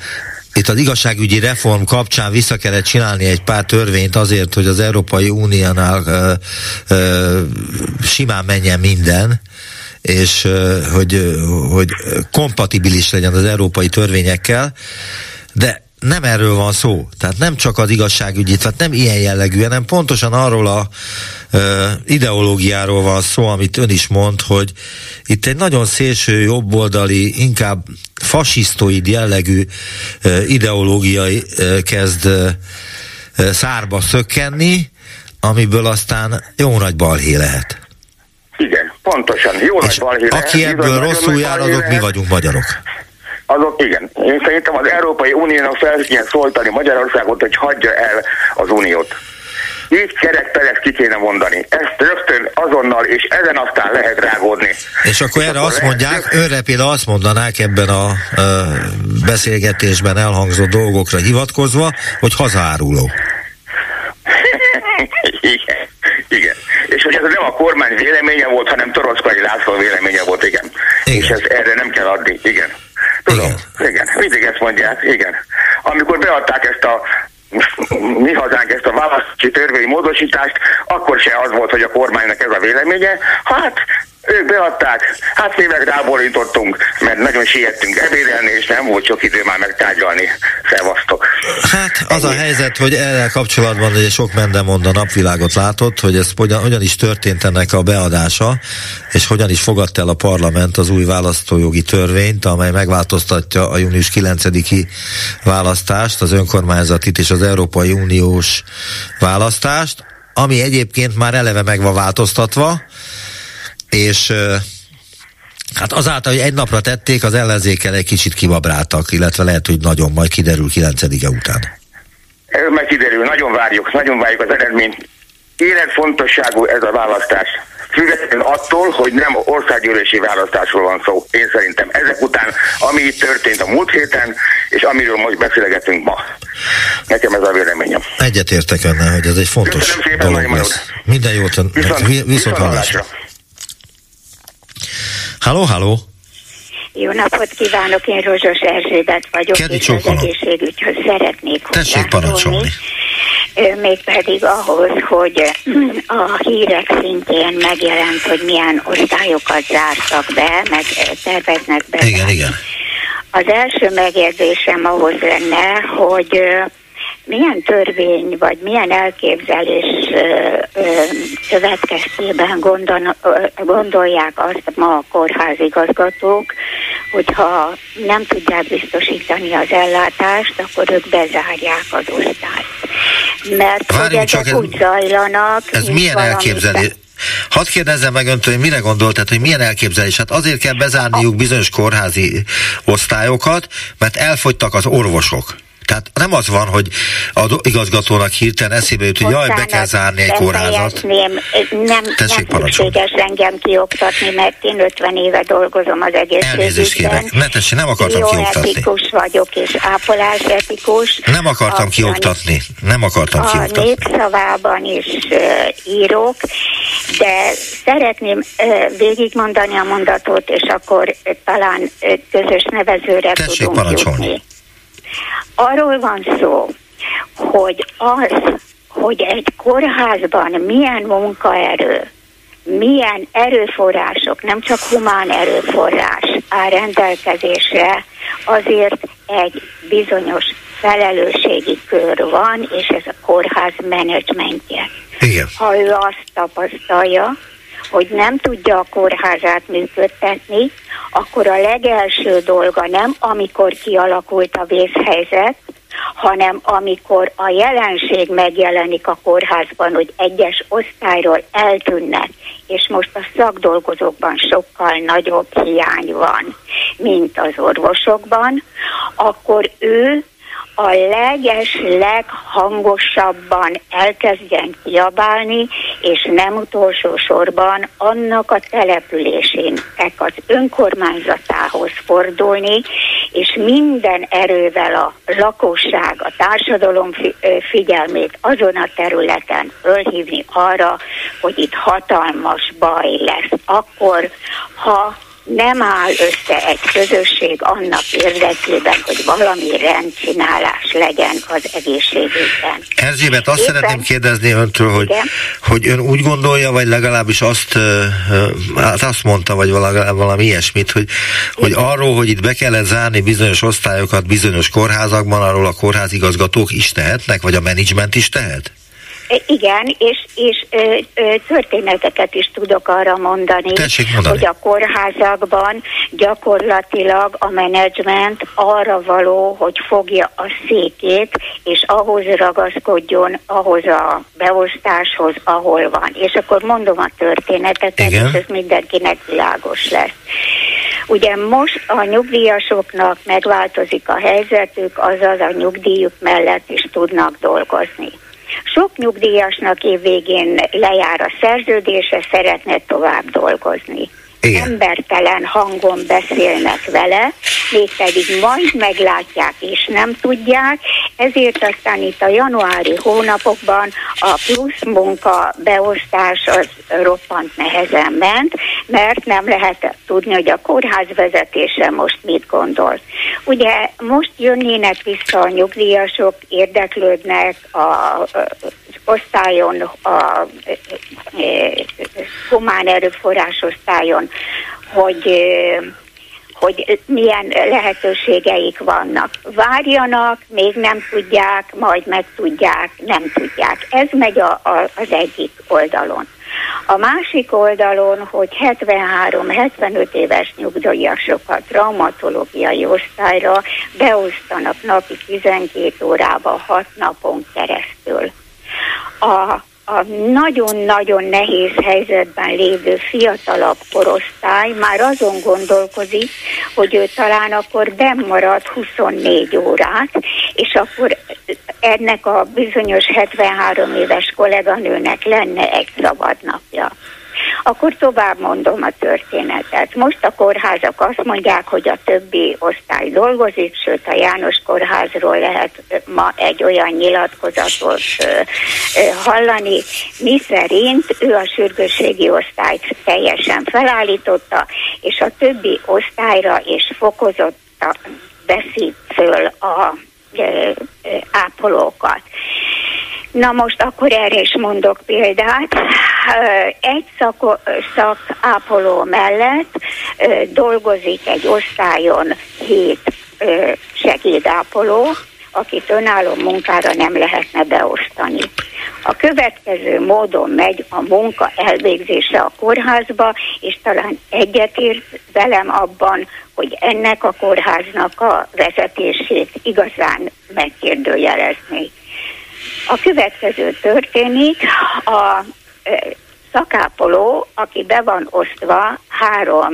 itt az igazságügyi reform kapcsán vissza kellett csinálni egy pár törvényt azért, hogy az Európai Uniónál e, e, simán menjen minden, és hogy, hogy kompatibilis legyen az európai törvényekkel, de nem erről van szó. Tehát nem csak az igazságügyi, tehát nem ilyen jellegű, hanem pontosan arról a ö, ideológiáról van szó, amit ön is mond, hogy itt egy nagyon szélső jobboldali, inkább fasisztoid jellegű ö, ideológia ö, kezd ö, szárba szökkenni, amiből aztán jó nagy balhé lehet. Igen, pontosan. Jó nagy balhé lehet. Aki ebből rosszul jár, azok lehet. Mi vagyunk magyarok. Azok igen. Én szerintem az Európai Uniónak fel kéne szóltani Magyarországot, hogy hagyja el az Uniót. Így kerekpelet ki kéne mondani. Ezt rögtön azonnal, és ezen aztán lehet rágódni. És akkor és erre akkor azt mondják, önre például azt mondanák ebben a ö, beszélgetésben elhangzott dolgokra hivatkozva, hogy hazaáruló. Igen, igen. És hogy ez nem a kormány véleménye volt, hanem Toroczkai László véleménye volt, igen. igen. És ez, erre nem kell adni, igen. Tudom, igen. igen. Mindig ezt mondják, igen. Amikor beadták ezt a mi hazánk ezt a választási törvény módosítást, akkor se az volt, hogy a kormánynak ez a véleménye. Hát ők beadták, hát mi meg ráborítottunk, mert nagyon siettünk ebédelni, és nem volt sok idő már megtárgyalni. Szevasztok. Hát az Ennyi. A helyzet, hogy ezzel kapcsolatban ugye sok Mendemond a napvilágot látott, hogy ez hogyan, hogyan is történt ennek a beadása, és hogyan is fogadta el a parlament az új választójogi törvényt, amely megváltoztatja a június kilencediki választást, az önkormányzatit és az Európai Uniós választást, ami egyébként már eleve meg van változtatva, és hát azáltal, hogy egy napra tették, az ellenzékkel egy kicsit kibabráltak, illetve lehet, hogy nagyon, majd kiderül kilencedike után. Ez meg kiderül, nagyon várjuk, nagyon várjuk az eredményt. Életfontosságú ez a választás. Függetlenül attól, hogy nem országgyűlési választásról van szó, én szerintem. Ezek után, ami itt történt a múlt héten, és amiről most beszélgetünk ma. Nekem ez a véleményem. Egyetértek önnel, hogy ez egy fontos dolog lesz. Minden jót, viszont, viszont hallásra. Halló, halló! Jó napot kívánok, én Rozsos Erzsébet vagyok, Kedi és az egészségügyhöz szeretnék hozzászólni. Mégpedig ahhoz, hogy a hírek szintén megjelent, hogy milyen osztályokat zártak be, meg terveznek be. Igen, igen. Az első megjegyzésem ahhoz lenne, hogy milyen törvény, vagy milyen elképzelés következtében gondol, gondolják azt ma a kórházigazgatók, hogyha nem tudják biztosítani az ellátást, akkor ők bezárják az osztályt. Mert Várjunk, hogy ezek úgy zajlanak... Ez milyen elképzelés? Hadd kérdezzem meg öntől, hogy mire gondoltad, hogy milyen elképzelés? Hát azért kell bezárniuk bizonyos kórházi osztályokat, mert elfogytak az orvosok. Tehát nem az van, hogy az igazgatónak hirtelen eszébe jut, hogy jaj, be kell zárni egy kórházat. Nem, nem szükséges engem kioktatni, mert én ötven éve dolgozom az egészségügyben. Elnézést kérek, ne tessék, nem akartam kioktatni. Bioetikus vagyok, és ápolásetikus. Nem akartam kioktatni, nem akartam a kioktatni. A népszavában is uh, írok, de szeretném uh, végigmondani a mondatot, és akkor uh, talán uh, közös nevezőre Tessék tudunk parancsolni. jutni. Arról van szó, hogy az, hogy egy kórházban milyen munkaerő, milyen erőforrások, nem csak humán erőforrás áll rendelkezésre, azért egy bizonyos felelősségi kör van, és ez a kórház menedzsmentje. Igen. Ha ő azt tapasztalja, hogy nem tudja a kórházát működtetni, akkor a legelső dolga nem amikor kialakult a vészhelyzet, hanem amikor a jelenség megjelenik a kórházban, hogy egyes osztályról eltűnnek, és most a szakdolgozókban sokkal nagyobb hiány van, mint az orvosokban, akkor ő a leges, leghangosabban elkezdjen kiabálni, és nem utolsó sorban annak a településének az önkormányzatához fordulni, és minden erővel a lakosság, a társadalom figyelmét azon a területen fölhívni arra, hogy itt hatalmas baj lesz. Akkor, ha nem áll össze egy közösség annak érdekében, hogy valami rendcsinálás legyen az egészségügyben. Erzsébet, azt Éppen, szeretném kérdezni öntől, hogy, hogy ön úgy gondolja, vagy legalábbis azt, hát azt mondta, vagy valami, valami ilyesmit, hogy, hogy arról, hogy itt be kellett zárni bizonyos osztályokat bizonyos kórházakban, arról a kórházigazgatók is tehetnek, vagy a menedzsment is tehet? Igen, és, és ö, ö, történeteket is tudok arra mondani, mondani, hogy a kórházakban gyakorlatilag a menedzsment arra való, hogy fogja a székét, és ahhoz ragaszkodjon, ahhoz a beosztáshoz, ahol van. És akkor mondom a történeteket, igen, és ez mindenkinek világos lesz. Ugye most a nyugdíjasoknak megváltozik a helyzetük, azaz a nyugdíjuk mellett is tudnak dolgozni. Sok nyugdíjasnak évvégén lejár a szerződése, szeretne tovább dolgozni. Igen. Embertelen hangon beszélnek vele, mégpedig majd meglátják és nem tudják, ezért aztán itt a januári hónapokban a plusz munka beosztás az roppant nehezen ment, mert nem lehet tudni, hogy a kórház vezetése most mit gondol. Ugye most jönnének vissza a nyugdíjasok, érdeklődnek a osztályon, a humán erőforrás osztályon, hogy, hogy milyen lehetőségeik vannak. Várjanak, még nem tudják, majd megtudják, nem tudják. Ez megy a, a, az egyik oldalon. A másik oldalon, hogy hetvenhárom-hetvenöt éves nyugdíjasokat traumatológiai osztályra beosztanak napi tizenkét órába, hat napon keresztül. A A nagyon-nagyon nehéz helyzetben lévő fiatalabb korosztály már azon gondolkozik, hogy ő talán akkor benn marad huszonnégy órát, és akkor ennek a bizonyos hetvenhárom éves kolléganőnek lenne egy szabad napja. Akkor tovább mondom a történetet. Most a kórházak azt mondják, hogy a többi osztály dolgozik, sőt a János kórházról lehet ma egy olyan nyilatkozatot hallani, miszerint ő a sürgősségi osztályt teljesen felállította, és a többi osztályra és fokozottan veszi föl a ápolókat. Na most akkor erre is mondok példát. Egy szak, szakápoló mellett dolgozik egy osztályon hét segédápoló, akit önálló munkára nem lehetne beosztani. A következő módon megy a munka elvégzése a kórházba, és talán egyetért velem abban, hogy ennek a kórháznak a vezetését igazán megkérdőjelezni. A következő történik, a szakápoló, aki be van osztva három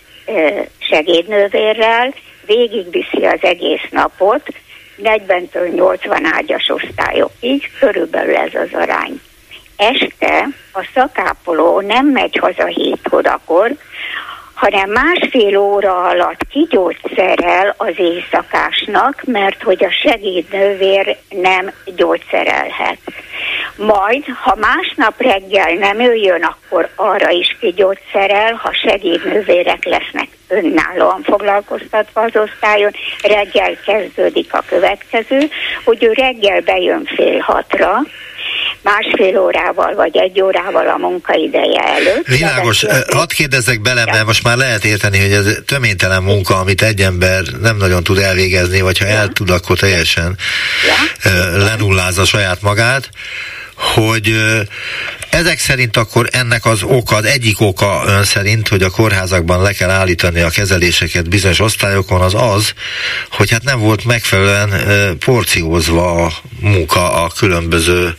segédnővérrel, végigviszi az egész napot, negyventől nyolcvan ágyas osztályokig, körülbelül ez az arány. Este a szakápoló nem megy haza hét órakor, hanem másfél óra alatt kigyógyszerel az éjszakásnak, mert hogy a segédnővér nem gyógyszerelhet. Majd, ha másnap reggel nem ő jön, akkor arra is kigyógyszerel, ha segédnővérek lesznek önállóan foglalkoztatva az osztályon, reggel kezdődik a következő, hogy ő reggel bejön fél hatra, másfél órával vagy egy órával a munkaideje előtt. Világos, hadd kérdezzek bele, mert most már lehet érteni, hogy ez töménytelen munka, amit egy ember nem nagyon tud elvégezni, vagy ha ja. el tud, akkor teljesen ja. lenullázza saját magát, hogy ezek szerint akkor ennek az oka, az egyik oka ön szerint, hogy a kórházakban le kell állítani a kezeléseket bizonyos osztályokon, az az, hogy hát nem volt megfelelően porciózva a munka a különböző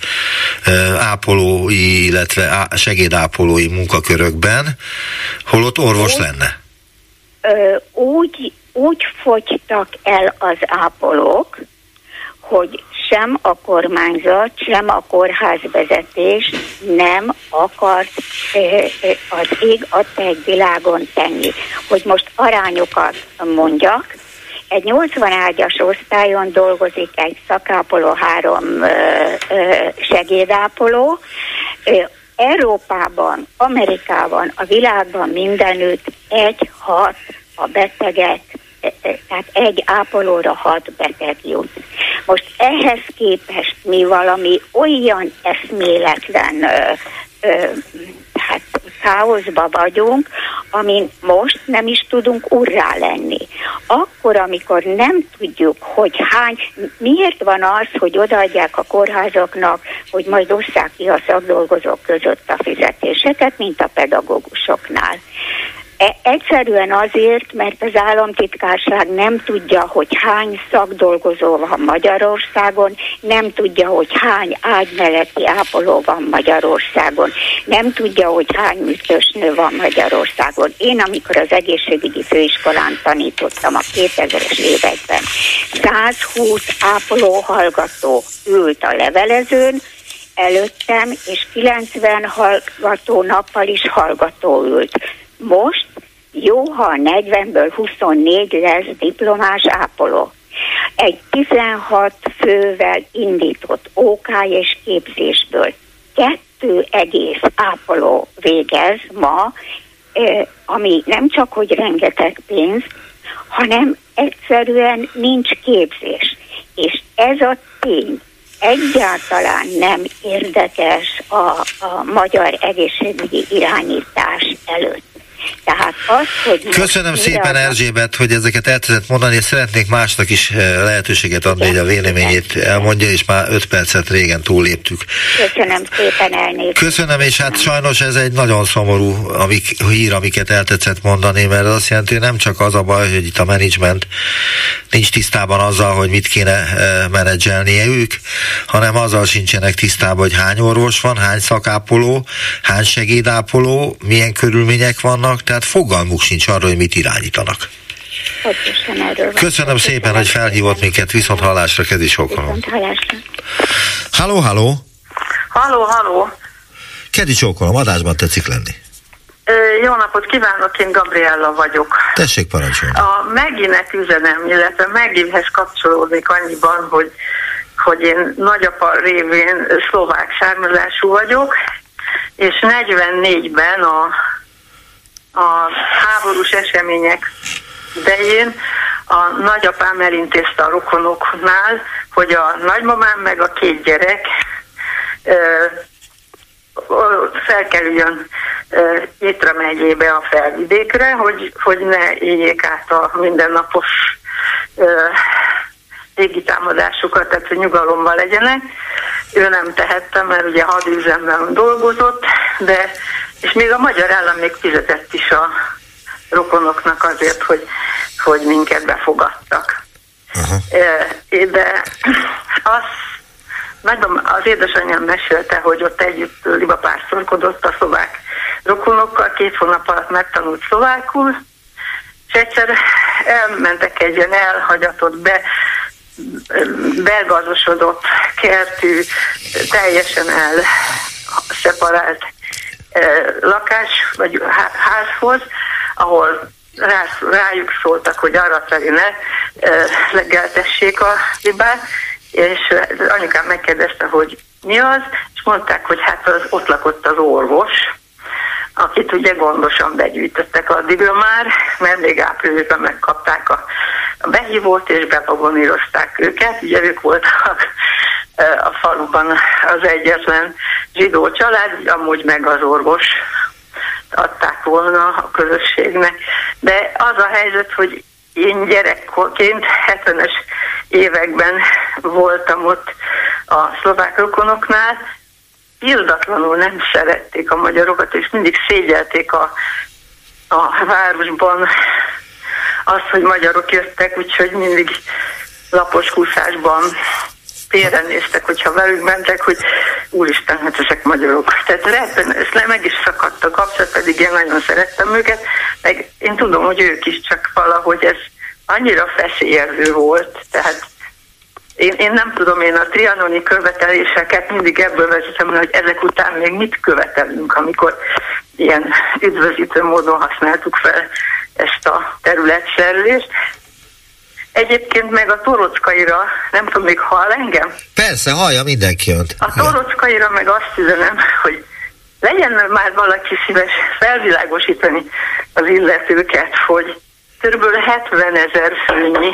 ápolói, illetve segédápolói munkakörökben, holott orvos lenne. Ö, úgy, úgy fogytak el az ápolók, hogy sem a kormányzat, sem a kórházvezetés nem akart az ég adta egy világon tenni. Hogy most arányokat mondjak, egy nyolcvan ágyas osztályon dolgozik egy szakápoló, három segédápoló. Európában, Amerikában, a világban mindenütt egy-hat a betegek, tehát egy ápolóra hat beteg jut. Most ehhez képest mi valami olyan eszméletlen ö, ö, hát káoszba vagyunk, amin most nem is tudunk urrá lenni. Akkor, amikor nem tudjuk, hogy hány, miért van az, hogy odaadják a kórházaknak, hogy majd osszák ki a szakdolgozók között a fizetéseket, mint a pedagógusoknál. Egyszerűen azért, mert az államtitkárság nem tudja, hogy hány szakdolgozó van Magyarországon, nem tudja, hogy hány ágymelletti ápoló van Magyarországon, nem tudja, hogy hány műtősnő van Magyarországon. Én, amikor az egészségügyi főiskolán tanítottam a kétezres években, százhúsz ápoló hallgató ült a levelezőn, előttem, és kilencven hallgató nappal is hallgató ült. Most jó, ha a negyvenből huszonnégy lesz diplomás ápoló. Egy tizenhat fővel indított ó ká és képzésből kettő egész ápoló végez ma, ami nem csak, hogy rengeteg pénz, hanem egyszerűen nincs képzés. És ez a tény egyáltalán nem érdekes a, a magyar egészségügyi irányítás előtt. Tehát az, hogy köszönöm szépen, Erzsébet, hogy ezeket el tudott mondani, és szeretnék másnak is lehetőséget adni, hogy a véleményét elmondja, és már öt percet régen túlléptük. Köszönöm szépen, elnézést. Köszönöm, és hát sajnos ez egy nagyon szomorú amik, hír, amiket el tetszett mondani, mert az azt jelenti, hogy nem csak az a baj, hogy itt a menedzsment nincs tisztában azzal, hogy mit kéne menedzselnie ők, hanem azzal sincsenek tisztában, hogy hány orvos van, hány szakápoló, hány segédápoló, milyen körülmények vannak, tehát fogalmuk sincs arra, hogy mit irányítanak. Köszönöm szépen, hogy felhívott minket, viszont hallásra, Kedi Csókolom. Halló, halló! Halló, halló! Kedi Csókolom, adásban tetszik lenni. Jó napot kívánok, én Gabriella vagyok. Tessék, parancsolni. A Megginek üzenem, illetve Meggihez kapcsolódnék annyiban, hogy, hogy én nagyapa révén szlovák származású vagyok, és negyvennégyben a, a háborús események idején a nagyapám elintézte a rokonoknál, hogy a nagymamám meg a két gyerek ö, felkerüljön Nyitra megyébe a Felvidékre, hogy, hogy ne éljék át a mindennapos légitámadásukat, tehát hogy nyugalomban legyenek. Ő nem tehette, mert ugye hadüzemben dolgozott, de és még a magyar állam még fizetett is a rokonoknak azért, hogy, hogy minket befogadtak. Uh-huh. De az Nagyban az édesanyám mesélte, hogy ott együtt libapásztorkodott a szlovák rokonokkal, két hónap alatt megtanult szlovákul, és egyszer elmentek egy ilyen elhagyatott, be, belgazosodott, kertű, teljesen elszeparált eh, lakás, vagy házhoz, ahol rá, rájuk szóltak, hogy arra felé ne eh, legeltessék a libát, és anyukám megkérdezte, hogy mi az, és mondták, hogy hát az, ott lakott az orvos, akit ugye gondosan begyűjtöttek addigra már, mert még áprilisban megkapták a, a behívót, és bevagonírozták őket. Ugye ők voltak a faluban az egyetlen zsidó család, amúgy meg az orvos adták volna a közösségnek. De az a helyzet, hogy én gyerekként, hetvenes években voltam ott a szlovák rokonoknál, ildatlanul nem szerették a magyarokat, és mindig szégyelték a, a városban azt, hogy magyarok jöttek, úgyhogy mindig lapos kúszásban félrenéztek, hogyha velük mentek, hogy úristen, hát ezek magyarok. Tehát retten, ezt meg is szakadt a kapcsolat, pedig én nagyon szerettem őket, meg én tudom, hogy ők is, csak valahogy ez annyira feszélyező volt, tehát én, én nem tudom, én a trianoni követeléseket mindig ebből vezetem, hogy ezek után még mit követelünk, amikor ilyen üdvözítő módon használtuk fel ezt a területszerzést. Egyébként meg a Torockaira, nem tudom, még hall engem? Persze, hallja mindenki önt. A Torockaira meg azt üzenem, hogy legyen már valaki szíves felvilágosítani az illetőket, hogy körülbelül hetvenezer főnyi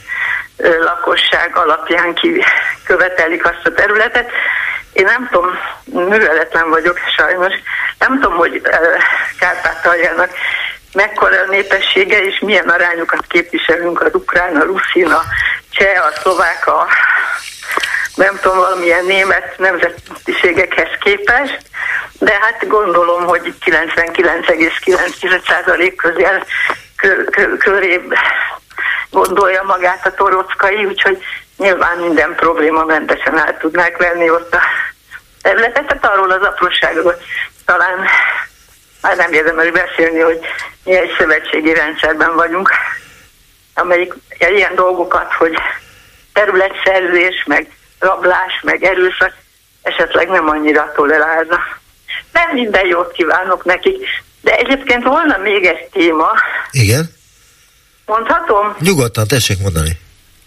lakosság alapján követelik azt a területet. Én nem tudom, műveletlen vagyok sajnos, nem tudom, hogy Kárpátaljának mekkora a népessége, és milyen arányokat képviselünk az ukrán, a ruszin, a cseh, a szlovák, a nem tudom, valamilyen német nemzetiségekhez képest, de hát gondolom, hogy kilencvenkilenc egész kilenc százalék közel kö, kö, körébb gondolja magát a torockai, úgyhogy nyilván minden probléma mentesen át tudnák venni ott a területet, tehát arról az apróságról talán már nem érdemes beszélni, hogy mi egy szövetségi rendszerben vagyunk, amelyik ilyen dolgokat, hogy területszerzés, meg rablás, meg erőszak esetleg nem annyira tolerálna. Nem minden jót kívánok nekik, de egyébként volna még egy téma. Igen? Mondhatom? Nyugodtan, tessék mondani.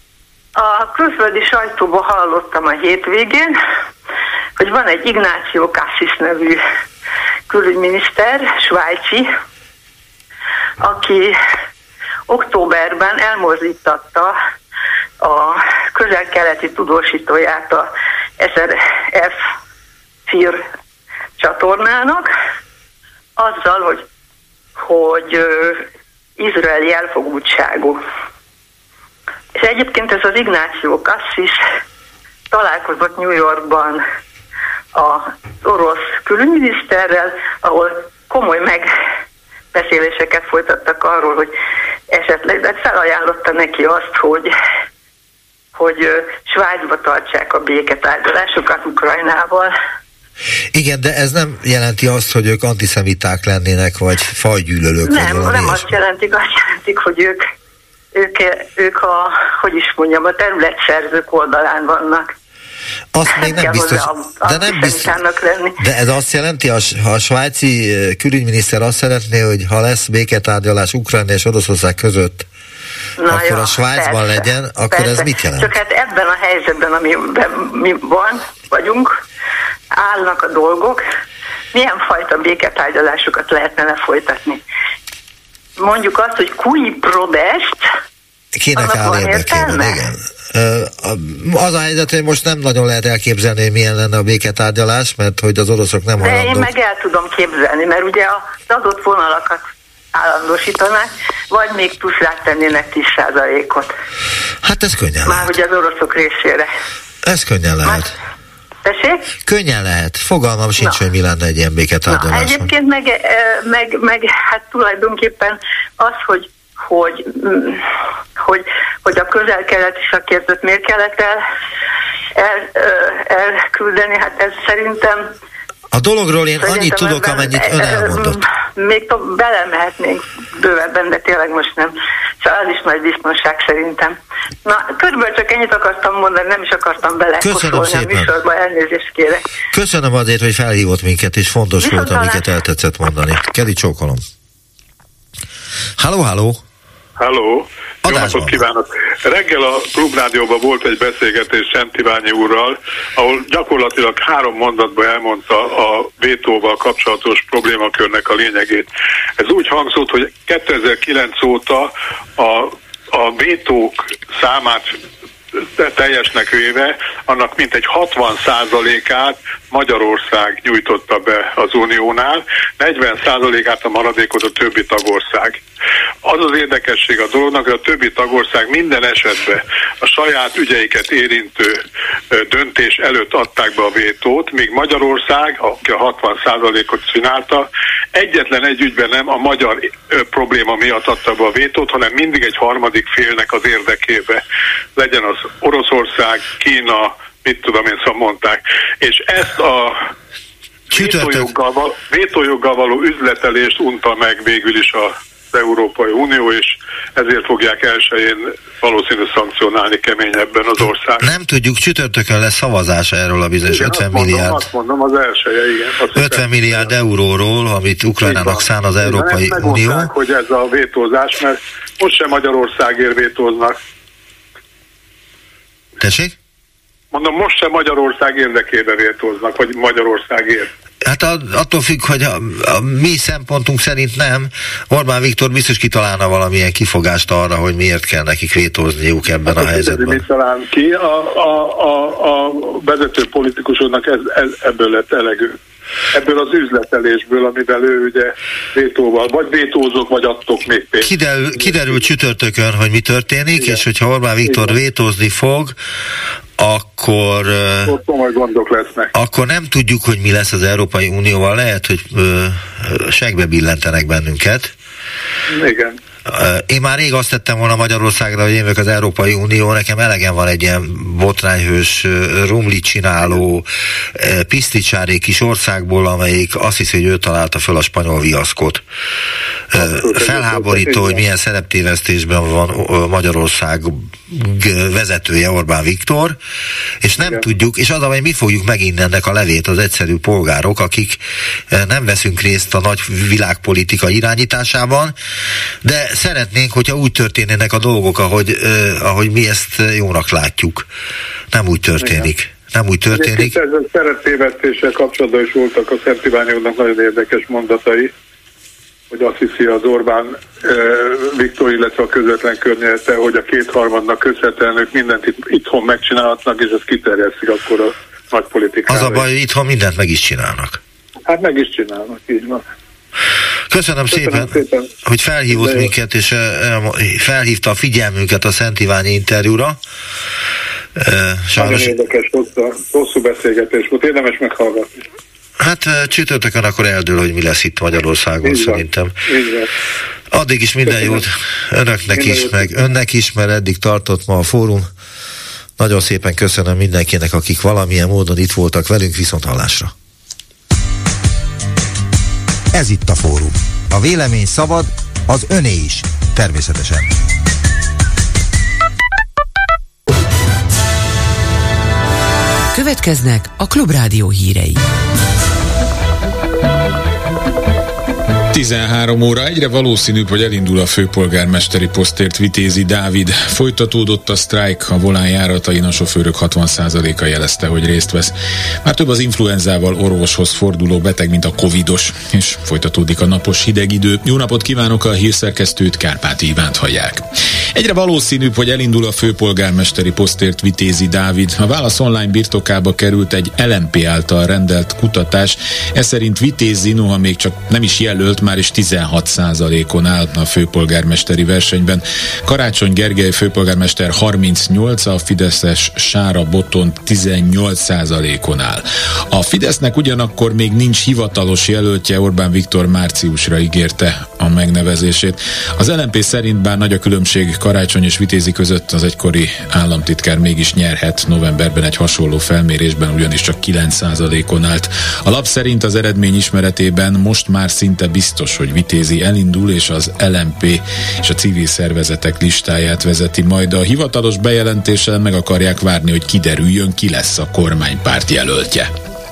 A külföldi sajtóban hallottam a hétvégén, hogy van egy Ignácio Cassis nevű külügyminiszter, svájci, aki októberben elmozdítatta a közel-keleti tudósítóját a es er ef Fir csatornának, azzal, hogy, hogy izraeli elfogultságú. És egyébként ez az Ignácio Cassis találkozott New Yorkban az orosz külügyminiszterrel, ahol komoly megbeszéléseket folytattak arról, hogy esetleg de felajánlotta neki azt, hogy, hogy Svájcba tartsák a béketárgyalásokat Ukrajnával. Igen, de ez nem jelenti azt, hogy ők antiszemiták lennének, vagy fajgyűlölők. Nem, vagy nem azt jelentik, azt jelentik, hogy ők, ők, ők a, hogy is mondjam, a területszerzők oldalán vannak. Azt még nem, nem biztos, de nem biztos. De ez azt jelenti, ha a svájci külügyminiszter azt szeretné, hogy ha lesz béketárgyalás Ukrajna és Oroszország között, Na akkor jó, a Svájcban persze, legyen, akkor persze. Ez mit jelent? Csak hát ebben a helyzetben, amiben mi van, vagyunk, állnak a dolgok, milyen fajta béketárgyalásokat lehetne lefolytatni? Mondjuk azt, hogy cui prodest, kinek áll érdekében, igen. Az a helyzet, hogy most nem nagyon lehet elképzelni, hogy milyen lenne a béketárgyalás, mert hogy az oroszok nem hajlandók. De én meg el tudom képzelni, mert ugye az adott vonalakat állandósítanák, vagy még plusz rátennének tíz százalékot. Hát ez könnyen Már lehet. ugye az oroszok részére. Ez könnyen lehet. Tessék? Könnyen lehet. Fogalmam sincs, Na. hogy mi lenne egy ilyen béketárgyaláson. Na, egyébként meg, meg, meg hát tulajdonképpen az, hogy hogy, hogy, hogy a közel-kelet és a kérdőt miért kellett el, el, elküldeni, hát ez szerintem a dologról én annyit tudok, ebben, amennyit ön elmondott. Még tovább belemehetnénk bővebben, de tényleg most nem. Szóval az is nagy biztonság szerintem. Na, körülbelül csak ennyit akartam mondani, nem is akartam belekosolni a műsorba, elnézést kérek. Köszönöm azért, hogy felhívott minket, és fontos Viszont volt, amiket eltetszett mondani. Kedi, csókolom. Halló, halló! Halló! Jó napot kívánok! Reggel a Klubrádióban volt egy beszélgetés Szent Iványi úrral, ahol gyakorlatilag három mondatban elmondta a vétóval kapcsolatos problémakörnek a lényegét. Ez úgy hangzott, hogy kétezer-kilenc óta a, a vétók számát teljesnek véve, annak mintegy hatvan százalékát Magyarország nyújtotta be az Uniónál, negyven százalékát a maradékot a többi tagország. Az az érdekesség a dolognak, hogy a többi tagország minden esetben a saját ügyeiket érintő döntés előtt adták be a vétót, míg Magyarország, aki a hatvan százalékot csinálta, egyetlen egy ügyben nem a magyar probléma miatt adta be a vétót, hanem mindig egy harmadik félnek az érdekébe. Legyen az Oroszország, Kína, mit tudom én, szóval mondták. És ezt a vétójoggal, vétójoggal való üzletelést unta meg végül is a az Európai Unió, és ezért fogják elsőjén valószínűleg szankcionálni keményebben az ország. Nem tudjuk, csütörtökön lesz szavazása erről a bizonyos igen, ötven azt mondom, milliárd. Azt mondom, az elsője, igen. ötven milliárd euróról, amit Ukrajnának szán az Európai igen, Unió. Hogy ez a vétózás, mert most sem Magyarországért vétóznak. Tessék? Mondom, most sem Magyarország érdekében vétóznak, vagy Magyarországért. Hát attól függ, hogy a, a mi szempontunk szerint nem. Orbán Viktor biztos kitalálna valamilyen kifogást arra, hogy miért kell nekik vétózniuk ebben hát a helyzetben. Mit talán ki? A, a, a, a vezető politikusoknak ez, ez, ebből lett elegő. Ebből az üzletelésből, amivel ő ugye vétóval, vagy vétózok, vagy adtok még pénzt. Kiderül, kiderül csütörtökön, hogy mi történik, igen. És hogyha Orbán Viktor igen. vétózni fog, akkor, komoly gondok lesznek. Akkor nem tudjuk, hogy mi lesz az Európai Unióval. Lehet, hogy ö, segbe billentenek bennünket. Igen. Én már rég azt tettem volna Magyarországra, hogy én vagyok az Európai Unió, nekem elegem van egy ilyen botrányhős, rumlit csináló, piszticsári kis országból, amelyik azt hiszi, hogy ő találta föl a spanyol viaszkot. Felháborító, hogy milyen szereptévesztésben van Magyarország vezetője, Orbán Viktor, és nem Igen. tudjuk, és az, amely mi fogjuk megint ennek a levét az egyszerű polgárok, akik nem veszünk részt a nagy világpolitika irányításában, de szeretnénk, hogyha úgy történnének a dolgok, ahogy, eh, ahogy mi ezt jónak látjuk. Nem úgy történik. Igen. Nem úgy történik. Ezzel szereptévesztéssel kapcsolatban is voltak a Szent Iványi úrnak nagyon érdekes mondatai, hogy azt hiszi az Orbán e, Viktor, illetve a közvetlen környezete, hogy a kétharmadnak köszönhetően ők mindent itt, itthon megcsinálhatnak, és ezt kiterjesztik akkor a nagy politikára. Az a baj, hogy itthon mindent meg is csinálnak. Hát meg is csinálnak, így van. Köszönöm, Köszönöm szépen, szépen, hogy felhívott De minket, és felhívta a figyelmünket a Szent Iványi interjúra. Sajnos... Nagyon érdekes, hosszú, hosszú beszélgetés volt, érdemes meghallgatni. Hát csütörtökön akkor eldől, hogy mi lesz itt Magyarországon, így szerintem. Van. Addig is minden Köszönöm. Jót önöknek minden is, jót. Meg önnek is, mert eddig tartott ma a fórum. Nagyon szépen köszönöm mindenkinek, akik valamilyen módon itt voltak velünk, viszont hallásra. Ez itt a fórum. A vélemény szabad, az öné is, természetesen. Következnek a Klubrádió hírei. tizenhárom óra, egyre valószínűbb, hogy elindul a főpolgármesteri posztért Vitézi Dávid. Folytatódott a sztrájk, a volán járatain a sofőrök hatvan százaléka jelezte, hogy részt vesz. Már több az influenzával orvoshoz forduló beteg, mint a covidos, és folytatódik a napos hideg idő. Jó napot kívánok, a hírszerkesztőt, Kárpáti Ivánt hallják. Egyre valószínűbb, hogy elindul a főpolgármesteri posztért Vitézi Dávid. A Válasz Online birtokába került egy el em pé által rendelt kutatás. Ez szerint Vitézi, noha még csak nem is jelölt, már is tizenhat százalékon áll a főpolgármesteri versenyben. Karácsony Gergely főpolgármester harmincnyolc, a fideszes Sára Botond tizennyolc százalékon áll. A Fidesznek ugyanakkor még nincs hivatalos jelöltje, Orbán Viktor márciusra ígérte a megnevezését. Az el em pé szerint bár nagy a különbség Karácsony és Vitézi között, az egykori államtitkár mégis nyerhet. Novemberben egy hasonló felmérésben ugyanis csak kilenc százalékon állt. A lap szerint az eredmény ismeretében most már szinte biztos, hogy Vitézi elindul, és az el em pé és a civil szervezetek listáját vezeti, majd a hivatalos bejelentéssel meg akarják várni, hogy kiderüljön, ki lesz a kormánypárt jelöltje.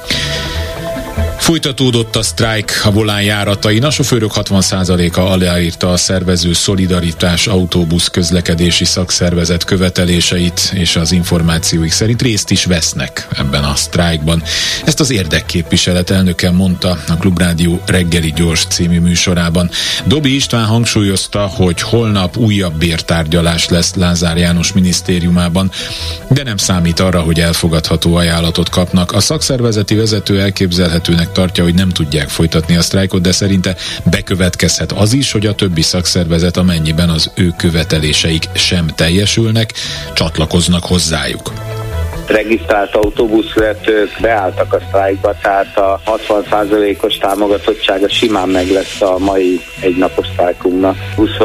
Folytatódott a sztrájk a volán járatain, a sofőrök hatvan százaléka aláírta a szervező Szolidaritás autóbusz közlekedési szakszervezet követeléseit, és az információik szerint részt is vesznek ebben a sztrájkban. Ezt az érdekképviselet elnöke mondta a Klubrádió reggeli gyors című műsorában. Dobi István hangsúlyozta, hogy holnap újabb bértárgyalás lesz Lázár János minisztériumában, de nem számít arra, hogy elfogadható ajánlatot kapnak. A szakszervezeti vezető elképzelhetőnek tartja, hogy nem tudják folytatni a sztrájkot, de szerinte bekövetkezhet az is, hogy a többi szakszervezet, amennyiben az ő követeléseik sem teljesülnek, csatlakoznak hozzájuk. Regisztrált autóbuszvezetők beálltak a sztrájkba, tehát a hatvan százalékos támogatottsága simán meg lesz a mai egynapos sztrájkunknak.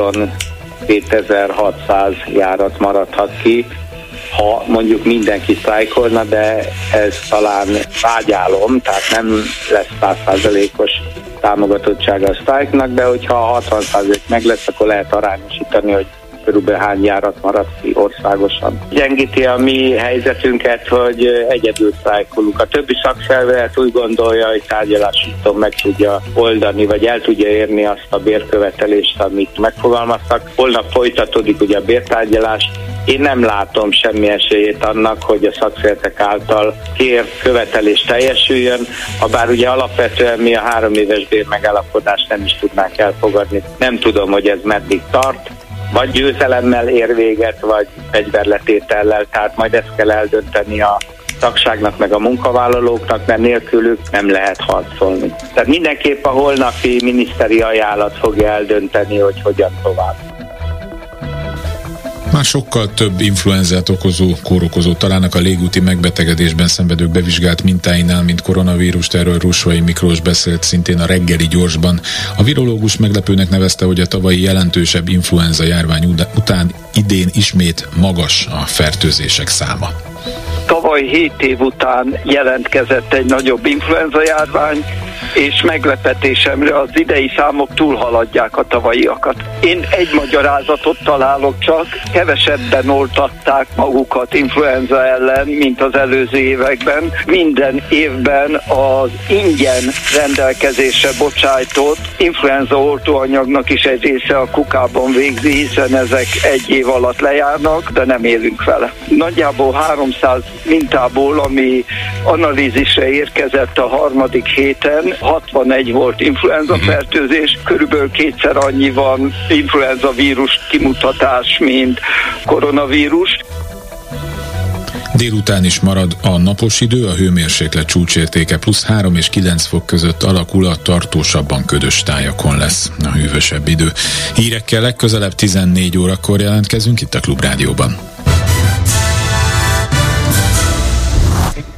huszonkétezer-hatszáz járat maradhat ki, ha mondjuk mindenki sztrájkolna, de ez talán vágyálom, tehát nem lesz száz százalékos támogatottsága a sztrájknak, de hogyha hatvan százalék meg lesz, akkor lehet arányosítani, hogy körülbelül hány járat marad ki országosan. Gyengíti a mi helyzetünket, hogy egyedül sztrájkolunk. A többi szakszervezet úgy gondolja, hogy tárgyalásúton meg tudja oldani, vagy el tudja érni azt a bérkövetelést, amit megfogalmaztak. Holnap folytatódik ugye a bértárgyalás. Én nem látom semmi esélyét annak, hogy a szakszervezetek által kért követelés teljesüljön, habár ugye alapvetően mi a három éves bérmegállapodást nem is tudnánk elfogadni. Nem tudom, hogy ez meddig tart, vagy győzelemmel ér véget, vagy fegyverletétellel, tehát majd ezt kell eldönteni a tagságnak meg a munkavállalóknak, mert nélkülük nem lehet harcolni. Tehát mindenképp a holnapi miniszteri ajánlat fogja eldönteni, hogy hogyan tovább. Már sokkal több influenzát okozó kórokozót találnak a légúti megbetegedésben szenvedők bevizsgált mintáinál, mint koronavírust. Erről Russwai Miklós beszélt szintén a reggeli gyorsban. A virológus meglepőnek nevezte, hogy a tavalyi jelentősebb influenza járvány után idén ismét magas a fertőzések száma. Tavaly hét év után jelentkezett egy nagyobb influenza járvány, és meglepetésemre az idei számok túlhaladják a tavalyiakat. Én egy magyarázatot találok csak, kevesebben oltatták magukat influenza ellen, mint az előző években. Minden évben az ingyen rendelkezésre bocsájtott influenza oltóanyagnak is egy része a kukában végzi, hiszen ezek egy év alatt lejárnak, de nem élünk vele. Nagyjából háromszáz mintából, ami analízisre érkezett a harmadik héten, hatvanegy volt influenza fertőzés, körülbelül kétszer annyi van influenza vírus kimutatás, mint koronavírus. Délután is marad a napos idő, a hőmérséklet csúcsértéke plusz három és kilenc fok között alakul, a tartósabban ködös tájakon lesz a hűvösebb idő. Hírekkel legközelebb tizennégy órakor jelentkezünk itt a Klubrádióban.